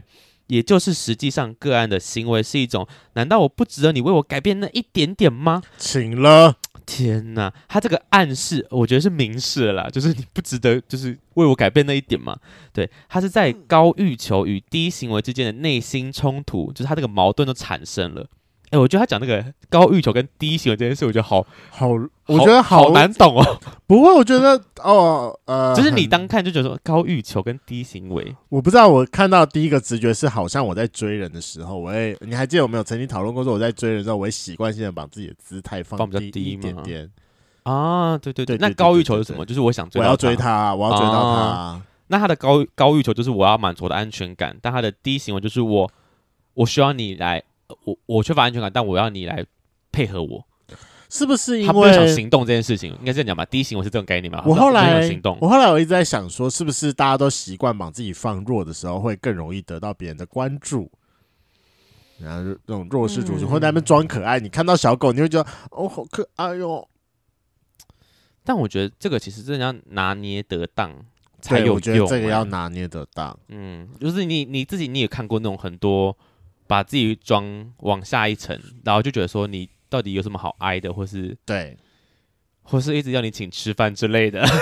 也就是实际上个案的行为是一种，难道我不值得你为我改变那一点点吗？ 请了。 天哪，他这个暗示我觉得是明示了啦，就是你不值得就是为我改变那一点嘛。对，他是在高欲求与低行为之间的内心冲突，就是他这个矛盾都产生了。我觉得他讲那个高欲求跟低行为这件事，我觉得好， 我觉得好难懂哦。 不会，我觉得就是你当看就觉得说高欲求跟低行为， 我不知道，我看到第一个直觉是好像我在追人的时候，你还记得我们有曾经讨论过，说我在追人的时候，我会习惯性的把自己的姿态放比较低一点点啊。对，那高欲求是什么？就是我想追到他， 我要追他，我要追到他。 那他的高欲求就是我要满足我的安全感，但他的低行为就是我需要你来。我缺乏安全感，但我要你来配合我， 是不是因为他不想行动这件事情？应该这样讲吧？低行为是这种概念嘛？ 我后来行动， 我一直在想说，是不是大家都习惯把自己放弱的时候，会更容易得到别人的关注？然后这种弱势主角会在那边装可爱，你看到小狗，你会觉得哦，好可爱哟。 但我觉得这个其实真的要拿捏得当才有用。 我觉得这个要拿捏得当。 就是你自己你也看过那种很多。把自己装往下一层，然后就觉得说你到底有什么好哀的，或是对， 或是一直要你请吃饭之类的，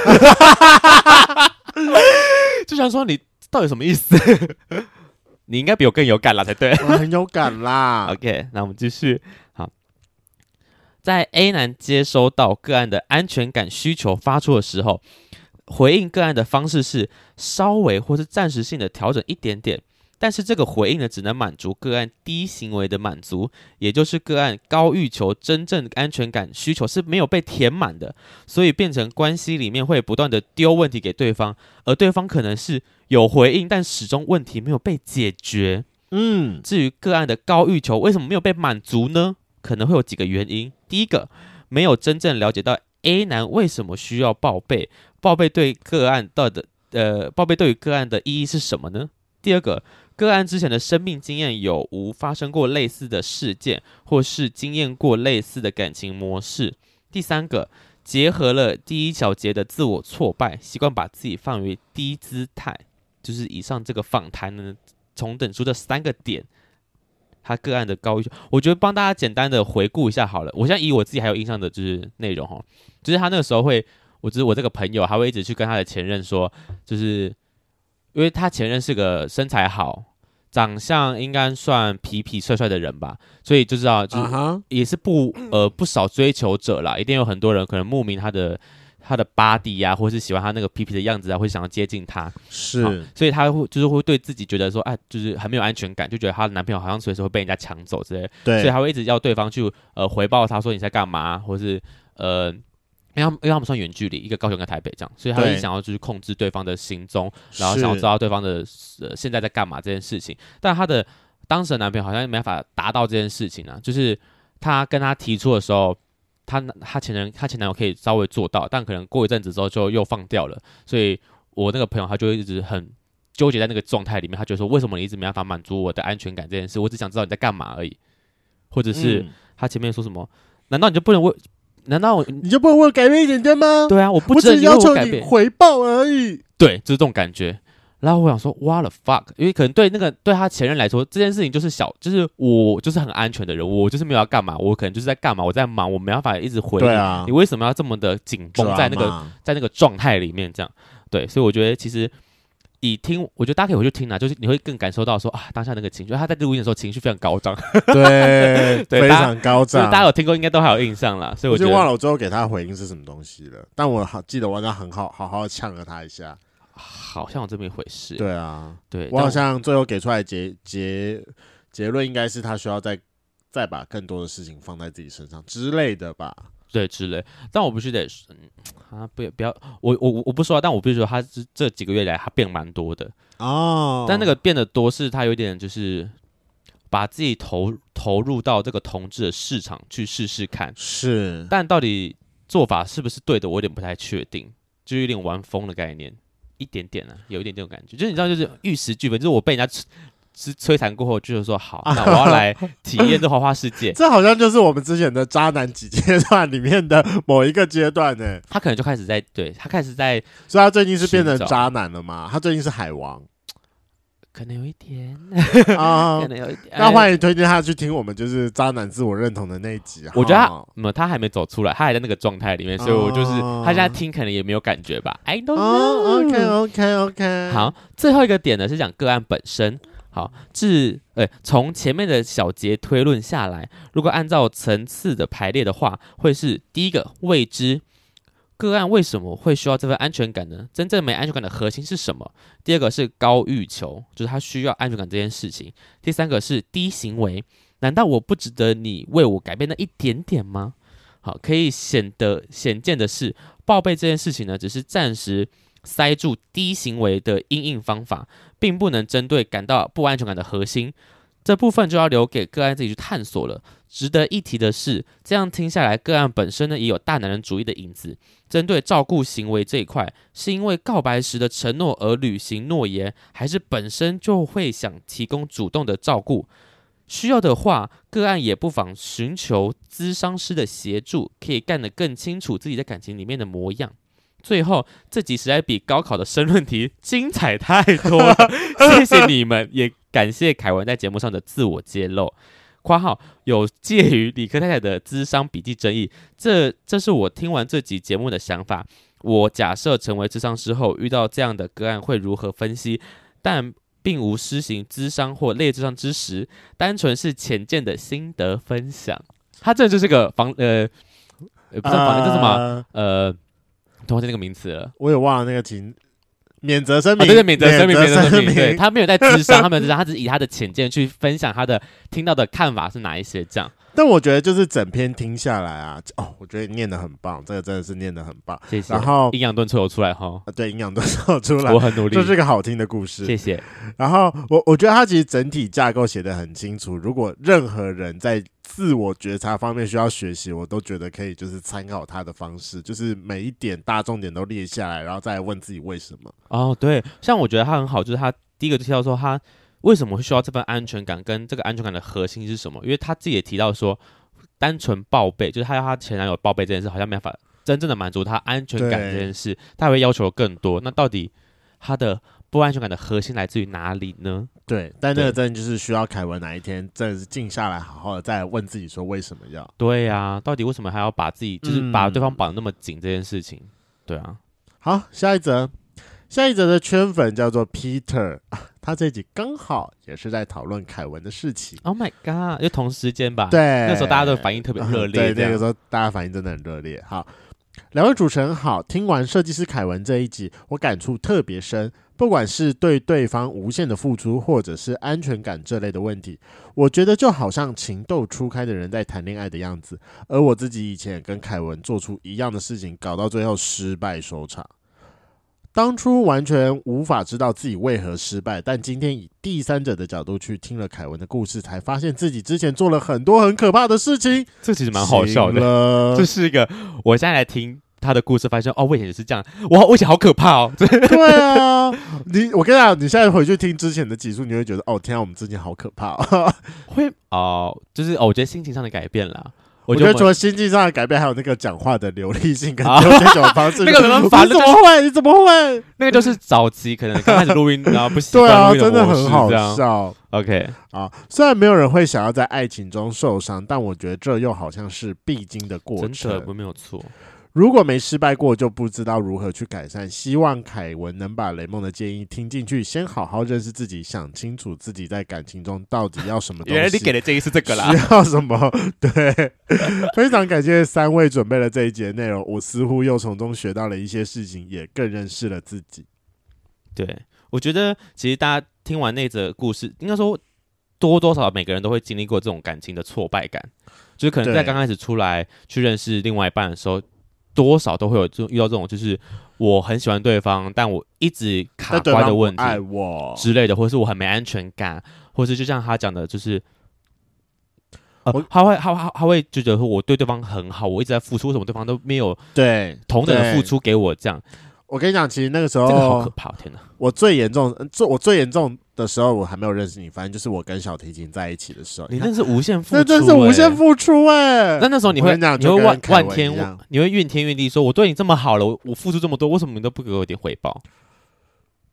就想说你到底什么意思？你应该比我更有感啦才对， 我很有感啦。 OK， 那我们继续。好，在 A 男接收到个案的安全感需求发出的时候，回应个案的方式是稍微或是暂时性的调整一点点。但是这个回应呢，只能满足个案低行为的满足，也就是个案高欲求真正安全感需求是没有被填满的，所以变成关系里面会不断的丢问题给对方，而对方可能是有回应，但始终问题没有被解决。至于个案的高欲求为什么没有被满足呢？可能会有几个原因。第一个，没有真正了解到 A 男为什么需要报备，报备对个案报备对于个案的意义是什么呢？第二个，个案之前的生命经验有无发生过类似的事件，或是经验过类似的感情模式。第三个，结合了第一小节的自我挫败，习惯把自己放于低姿态。就是以上这个访谈呢，同等出这3个点，他个案的高欲求，我觉得帮大家简单的回顾一下好了。我现在以我自己还有印象的就是内容哈，就是他那个时候会，我这个朋友还会一直去跟他的前任说，就是因为他前任是个身材好。长相应该算痞痞帅帅的人吧，所以就知道，就是也是不少追求者啦，一定有很多人可能慕名他的 body 啊，或是喜欢他那个痞痞的样子啊，会想要接近他， 是， 所以他会对自己觉得说，就是很没有安全感，就觉得他的男朋友好像随时会被人家抢走之类的， 对， 所以他会一直要对方去回报他说你在干嘛，或是因为他们算远距离，一个高雄跟台北这样，所以他会想要就是控制对方的行踪，然后想要知道对方的现在在干嘛这件事情。但他的当时的男朋友好像没办法达到这件事情啊，就是他跟他提出的时候，他前男友可以稍微做到，但可能过一阵子之后就又放掉了。所以我那个朋友他就一直很纠结在那个状态里面，他觉得说为什么你一直没办法满足我的安全感这件事？我只想知道你在干嘛而已，或者是他前面说什么？难道你就不能为我改变一点点吗？对啊，我不只要求你回报而已。 对，就是这种感觉。然后我想说 ，what the fuck？ 因为可能对他前任来说，这件事情就是就是我就是很安全的人，我就是没有要干嘛，我可能就是在干嘛，我在忙，我没办法一直回应。 对啊， 你为什么要这么的紧绷在那个状态里面？这样对，所以我觉得其实。我觉得大家可以回去听啊，就是你会更感受到说当下那个情绪，他在录音的时候情绪非常高涨， 对，非常高涨， 大家有听过应该都还有印象啦，所以我就忘了我最后给他的回应是什么东西了，但我记得我要好好的呛了他一下， 好像有这么一回事。 对啊， 对， 我好像最后给出来结论应该是他需要再把更多的事情放在自己身上之类的吧。 对，之类，但我必须得，不要，我不说，但我必须说，他这几个月来他变蛮多的哦。但那个变得多是他有点就是把自己投入到这个同志的市场去试试看， 是， 但到底做法是不是对的，我有点不太确定，就有点玩疯的概念，一点点啊，有一点这种感觉，就是你知道，就是玉石俱焚，就是我被人家。摧残过后，就是说好，那我要来体验这花花世界。 这好像就是我们之前的渣男几阶段里面的某一个阶段呢。 他可能就开始在，所以他最近是变成渣男了吗？他最近是海王， 可能有一点啊， 可能有一点。 那欢迎推荐他去听我们就是渣男自我认同的那一集。 我觉得他还没走出来，他还在那个状态里面，所以我就是他现在听可能也没有感觉吧。I don't know。 OK。 好，最后一个点呢是讲个案本身。好，从前面的小节推论下来，如果按照层次的排列的话，会是第一个未知。个案为什么会需要这份安全感呢？真正没安全感的核心是什么？第二个是高欲求，就是他需要安全感这件事情。第三个是低行为，难道我不值得你为我改变那一点点吗？好，可以显见的是，报备这件事情呢，只是暂时塞住低行为的因应方法，并不能针对感到不安全感的核心。这部分就要留给个案自己去探索了。值得一提的是，这样听下来，个案本身呢也有大男人主义的影子。针对照顾行为这一块，是因为告白时的承诺而履行诺言，还是本身就会想提供主动的照顾？需要的话，个案也不妨寻求咨商师的协助，可以干得更清楚自己在感情里面的模样。最后，这集实在比高考的申论题精彩太多了，谢谢你们，也感谢凯文在节目上的自我揭露。括号有介于理科太太的咨商笔记争议，这是我听完这集节目的想法。我假设成为咨商师后遇到这样的个案会如何分析，但并无施行咨商或类咨商之时，单纯是浅见的心得分享。他这就是个不是房这是什么突然间那个名词了， 我也忘了那个题。免责声明， 对，免责声明，对，他没有在咨商，他只是以他的浅见去分享他的听到的看法是哪一些这样。 但我觉得就是整篇听下来啊，我觉得念得很棒，这个真的是念得很棒， 谢谢。 然后营养顿挫有出来哈， 对，营养顿挫出来， 我很努力， 这是个好听的故事， 谢谢。 然后我觉得他其实整体架构写得很清楚，如果任何人在自我觉察方面需要学习，我都觉得可以就是参考他的方式，就是每一点大重点都列下来，然后再来问自己为什么。 哦，对，像我觉得他很好，就是他第一个就提到说他为什么会需要这份安全感，跟这个安全感的核心是什么？因为他自己也提到说，单纯报备，就是他要他前男友报备这件事，好像没办法真正的满足他安全感这件事，他还会要求更多。那到底他的不安全感的核心来自于哪里呢？ 对，但那个真的就是需要凯文哪一天真的是静下来，好好的再问自己说为什么要？ 对啊，到底为什么还要把自己就是把对方绑得那么紧这件事情？对啊。 好，下一则的圈粉叫做 Peter，他这一集刚好也是在讨论凯文的事情。 Oh my god， 就同时间吧？ 对， 那时候大家都反应特别热烈， 对，那个时候大家反应真的很热烈。好，两位主持人好，听完设计师凯文这一集，我感触特别深。不管是对对方无限的付出，或者是安全感这类的问题，我觉得就好像情窦初开的人在谈恋爱的样子。而我自己以前也跟凯文做出一样的事情，搞到最后失败收场。当初完全无法知道自己为何失败，但今天以第三者的角度去听了凯文的故事，才发现自己之前做了很多很可怕的事情。这其实蛮好笑的，这是一个我现在来听他的故事，发现我以前也是这样，我以前好可怕哦。 对啊，我跟你讲，你现在回去听之前的集数，你会觉得天啊，我们之前好可怕哦。 会就是我觉得心情上的改变啦。 我觉得除了心境上的改变，还有那个讲话的流利性跟这种方式。 那个没办法， 你怎么会？ 那个就是早期可能刚开始录音，然后不习惯录音的模式， 真的很好笑。 OK 虽然没有人会想要在爱情中受伤，但我觉得这又好像是必经的过程。 真的没有错。 如果没失败过，就不知道如何去改善。希望凯文能把雷梦的建议听进去，先好好认识自己，想清楚自己在感情中到底要什么东西。 原来你给的建议是这个啦， 需要什么？对，非常感谢三位准备了这一节内容，我似乎又从中学到了一些事情，也更认识了自己。 对，我觉得其实大家听完那则故事，应该说多多少少每个人都会经历过这种感情的挫败感，就是可能在刚开始出来去认识另外一半的时候，多少都会有遇到这种，就是我很喜欢对方，但我一直卡关的问题之类的，或者是我很没安全感，或者是就像他讲的，就是他会就觉得说我对对方很好，我一直在付出，为什么对方都没有同等的付出给我？这样， 我跟你讲，其实那个时候这个好可怕，天哪！ 我最严重的时候，我还没有认识你，反正就是我跟小提琴在一起的时候， 你真是无限付出， 那真是无限付出那时候你会万天，你会怨天怨地说，我对你这么好了，我付出这么多，为什么你都不给我一点回报？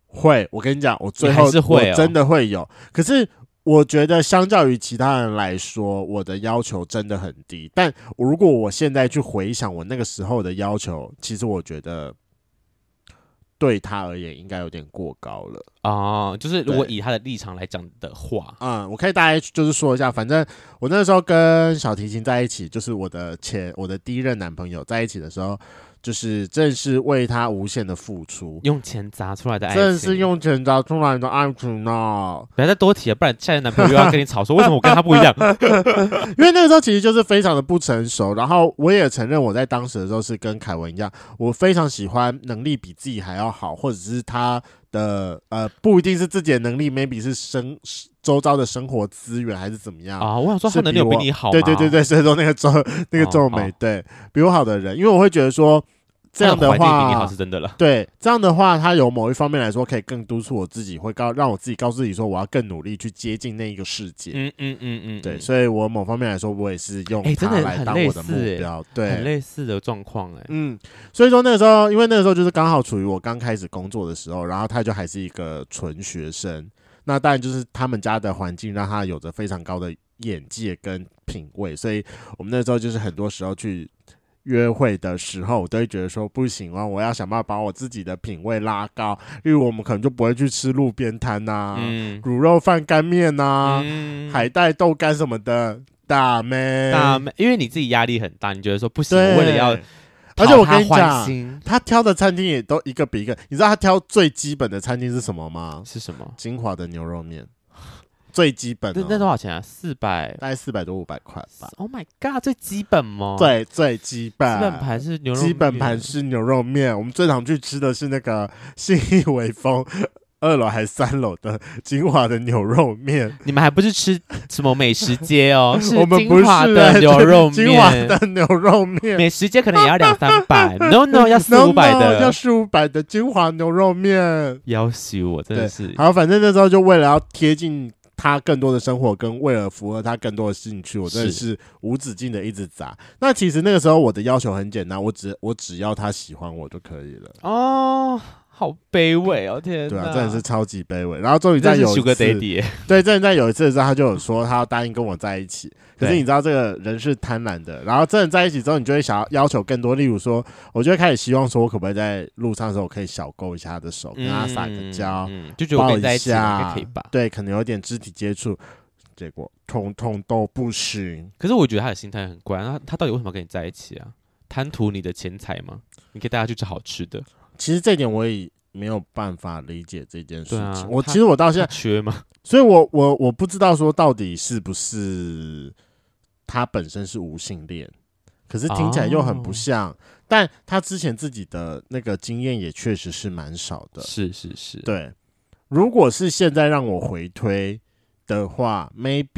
会，我跟你讲，我最后还是会我真的会有，可是我觉得相较于其他人来说，我的要求真的很低。但如果我现在去回想我那个时候的要求，其实我觉得对他而言应该有点过高了啊。就是如果以他的立场来讲的话， 我可以大概就是说一下，反正我那时候跟小提琴在一起，就是我的第一任男朋友在一起的时候。就是真的是为他无限的付出， 用钱砸出来的爱情， 真的是用钱砸出来的爱情啊！ 不要再多提了，不然下一任男朋友又要跟你吵说为什么我跟他不一样。 因为那个时候其实就是非常的不成熟，然后我也承认我在当时的时候是跟凯文一样，我非常喜欢能力比自己还要好，或者是他的不一定是自己的能力 ，maybe 是周遭的生活资源还是怎么样啊？我想说他能力有比你好吗？ 对，所以说那个皱眉对比我好的人，因为我会觉得说这样的话， 比你好是真的了。 对，这样的话，他有某一方面来说可以更督促我自己，会让我自己告诉自己说我要更努力去接近那一个世界。对，所以我某方面来说，我也是用它来当我的目标，对， 很类似的状况所以说那个时候，因为那个时候就是刚好处于我刚开始工作的时候，然后他就还是一个纯学生。那当然就是他们家的环境让他有着非常高的眼界跟品味，所以我们那时候就是很多时候去约会的时候，我都会觉得说不行啊，我要想办法把我自己的品味拉高，因为我们可能就不会去吃路边摊卤肉饭、干面海带、豆干什么的，大妹， 因为你自己压力很大，你觉得说不行，我为了要。 而且我跟你讲，他挑的餐厅也都一个比一个。你知道他挑最基本的餐厅是什么吗？ 是什么？ 金华的牛肉面，最基本的。 那多少钱啊？400， 大概400多500块吧。 Oh my god， 最基本吗？ 对，最基本。 基本盘是牛肉面。 基本盘是牛肉面。我们最常去吃的是那个信义微风2楼还是3楼的金华的牛肉面。 你们还不是吃什么美食街哦？是我们金华的牛肉面。 金华的牛肉面， 美食街可能也要200-300 ，No， 要400-500的， 要400-500的金华牛肉面。 要死我，真的是。 好，反正那时候就为了要贴近他更多的生活，跟为了符合他更多的兴趣，我真的是无止境的一直砸。那其实那个时候我的要求很简单，我只要他喜欢我就可以了。 哦。好卑微哦，天哪！ 对啊，真的是超级卑微。然后终于在有一次，对，真的在有一次的时候，他就有说他要答应跟我在一起。可是你知道，这个人是贪婪的。然后真的在一起之后，你就会想要求更多。例如说，我就会开始希望说，我可不可以在路上的时候，我可以小勾一下他的手，跟他撒个娇， 就觉得我跟你在一起应该可以吧？ 对，可能有点肢体接触。结果通通都不行。 可是我觉得他的心态很怪，他到底为什么要跟你在一起啊？贪图你的钱财吗？你可以带他去吃好吃的。 其实这点我也没有办法理解这件事情。 其实我到现在缺吗？ 所以我不知道说到底是不是他本身是无性恋，可是听起来又很不像。但他之前自己的那个经验也确实是蛮少的。 是。 对，如果是现在让我回推的话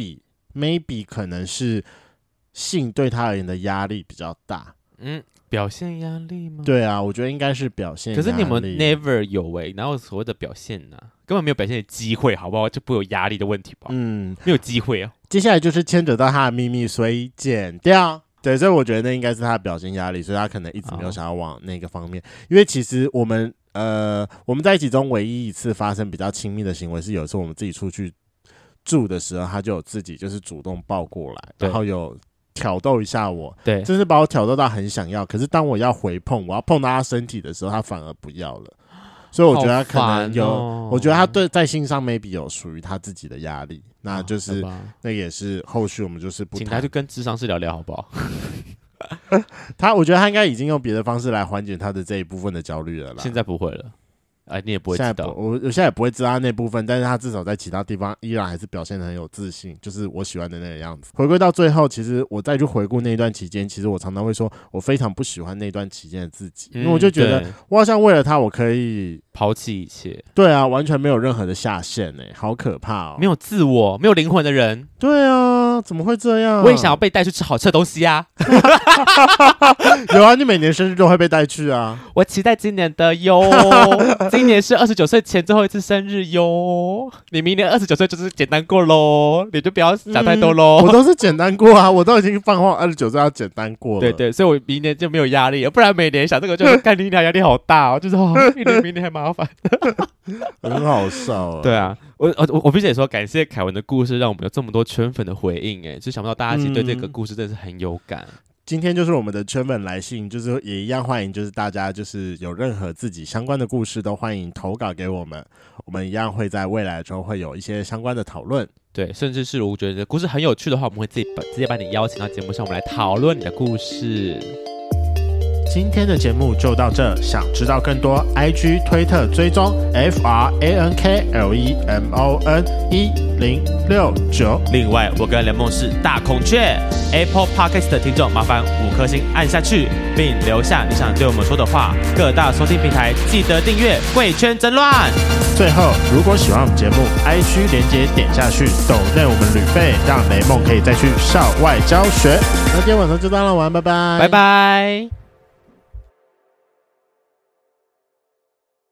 ，maybe 可能是性对他而言的压力比较大。 表现压力吗？ 对啊，我觉得应该是表现压力。 可是你们 never 有哪有所谓的表现呢？根本没有表现的机会，好不好？就不会有压力的问题吧？没有机会啊。 接下来就是牵扯到他的秘密，所以剪掉。对，所以我觉得那应该是他的表现压力，所以他可能一直没有想要往那个方面。因为其实我们在一起中唯一一次发生比较亲密的行为，是有一次我们自己出去住的时候，他就有自己就是主动抱过来，然后有挑逗一下我， 对， 就是把我挑逗到很想要。可是当我要回碰，我要碰到他身体的时候，他反而不要了。所以我觉得他可能有，我觉得他在性上 maybe 有属于他自己的压力，那就是那也是后续我们就是不谈， 请他去跟諮商師聊聊好不好？ 我觉得他应该已经用别的方式来缓解他的这一部分的焦虑了啦。 现在不会了。你也不会知道， 我现在也不会知道他那部分，但是他至少在其他地方依然还是表现得很有自信，就是我喜欢的那个样子。回归到最后，其实我再去回顾那一段期间，其实我常常会说我非常不喜欢那段期间的自己，因为我就觉得我好像为了他我可以抛弃一切。 对啊，完全没有任何的下限好可怕哦， 没有自我没有灵魂的人。 对啊， 怎么会这样？ 我也想要被带去吃好吃的东西啊！ 有啊，你每年生日都会被带去啊。 我期待今年的哟，今年是29岁前最后一次生日哟。你明年29岁就是简单过咯，你就不要想太多咯。 我都是简单过啊，我都已经放话29岁要简单过了。 对对，所以我明年就没有压力了，不然每年想这个就是干你俩压力好大哦，就是明年还麻烦。 很好笑对啊，我必须得说，感谢凯文的故事，让我们有这么多圈粉的回应，就想不到大家其实对这个故事真的是很有感。 今天就是我们的圈粉来信，就是也一样欢迎，就是大家就是有任何自己相关的故事都欢迎投稿给我们，我们一样会在未来中会有一些相关的讨论。 对，甚至是如果觉得故事很有趣的话，我们会直接把你邀请到节目上，我们来讨论你的故事。 今天的节目就到这，想知道更多 IG 推特追踪 FRANKLEMON1069。 另外我跟雷梦是大孔雀 Apple Podcast 的听众，麻烦5颗星按下去，并留下你想对我们说的话。各大收听平台记得订阅贵圈争乱。 最后，如果喜欢我们节目 IG 连结点下去，抖内我们旅费，让雷梦可以再去校外教学。那今天晚上就到了，晚安，拜拜， 拜拜。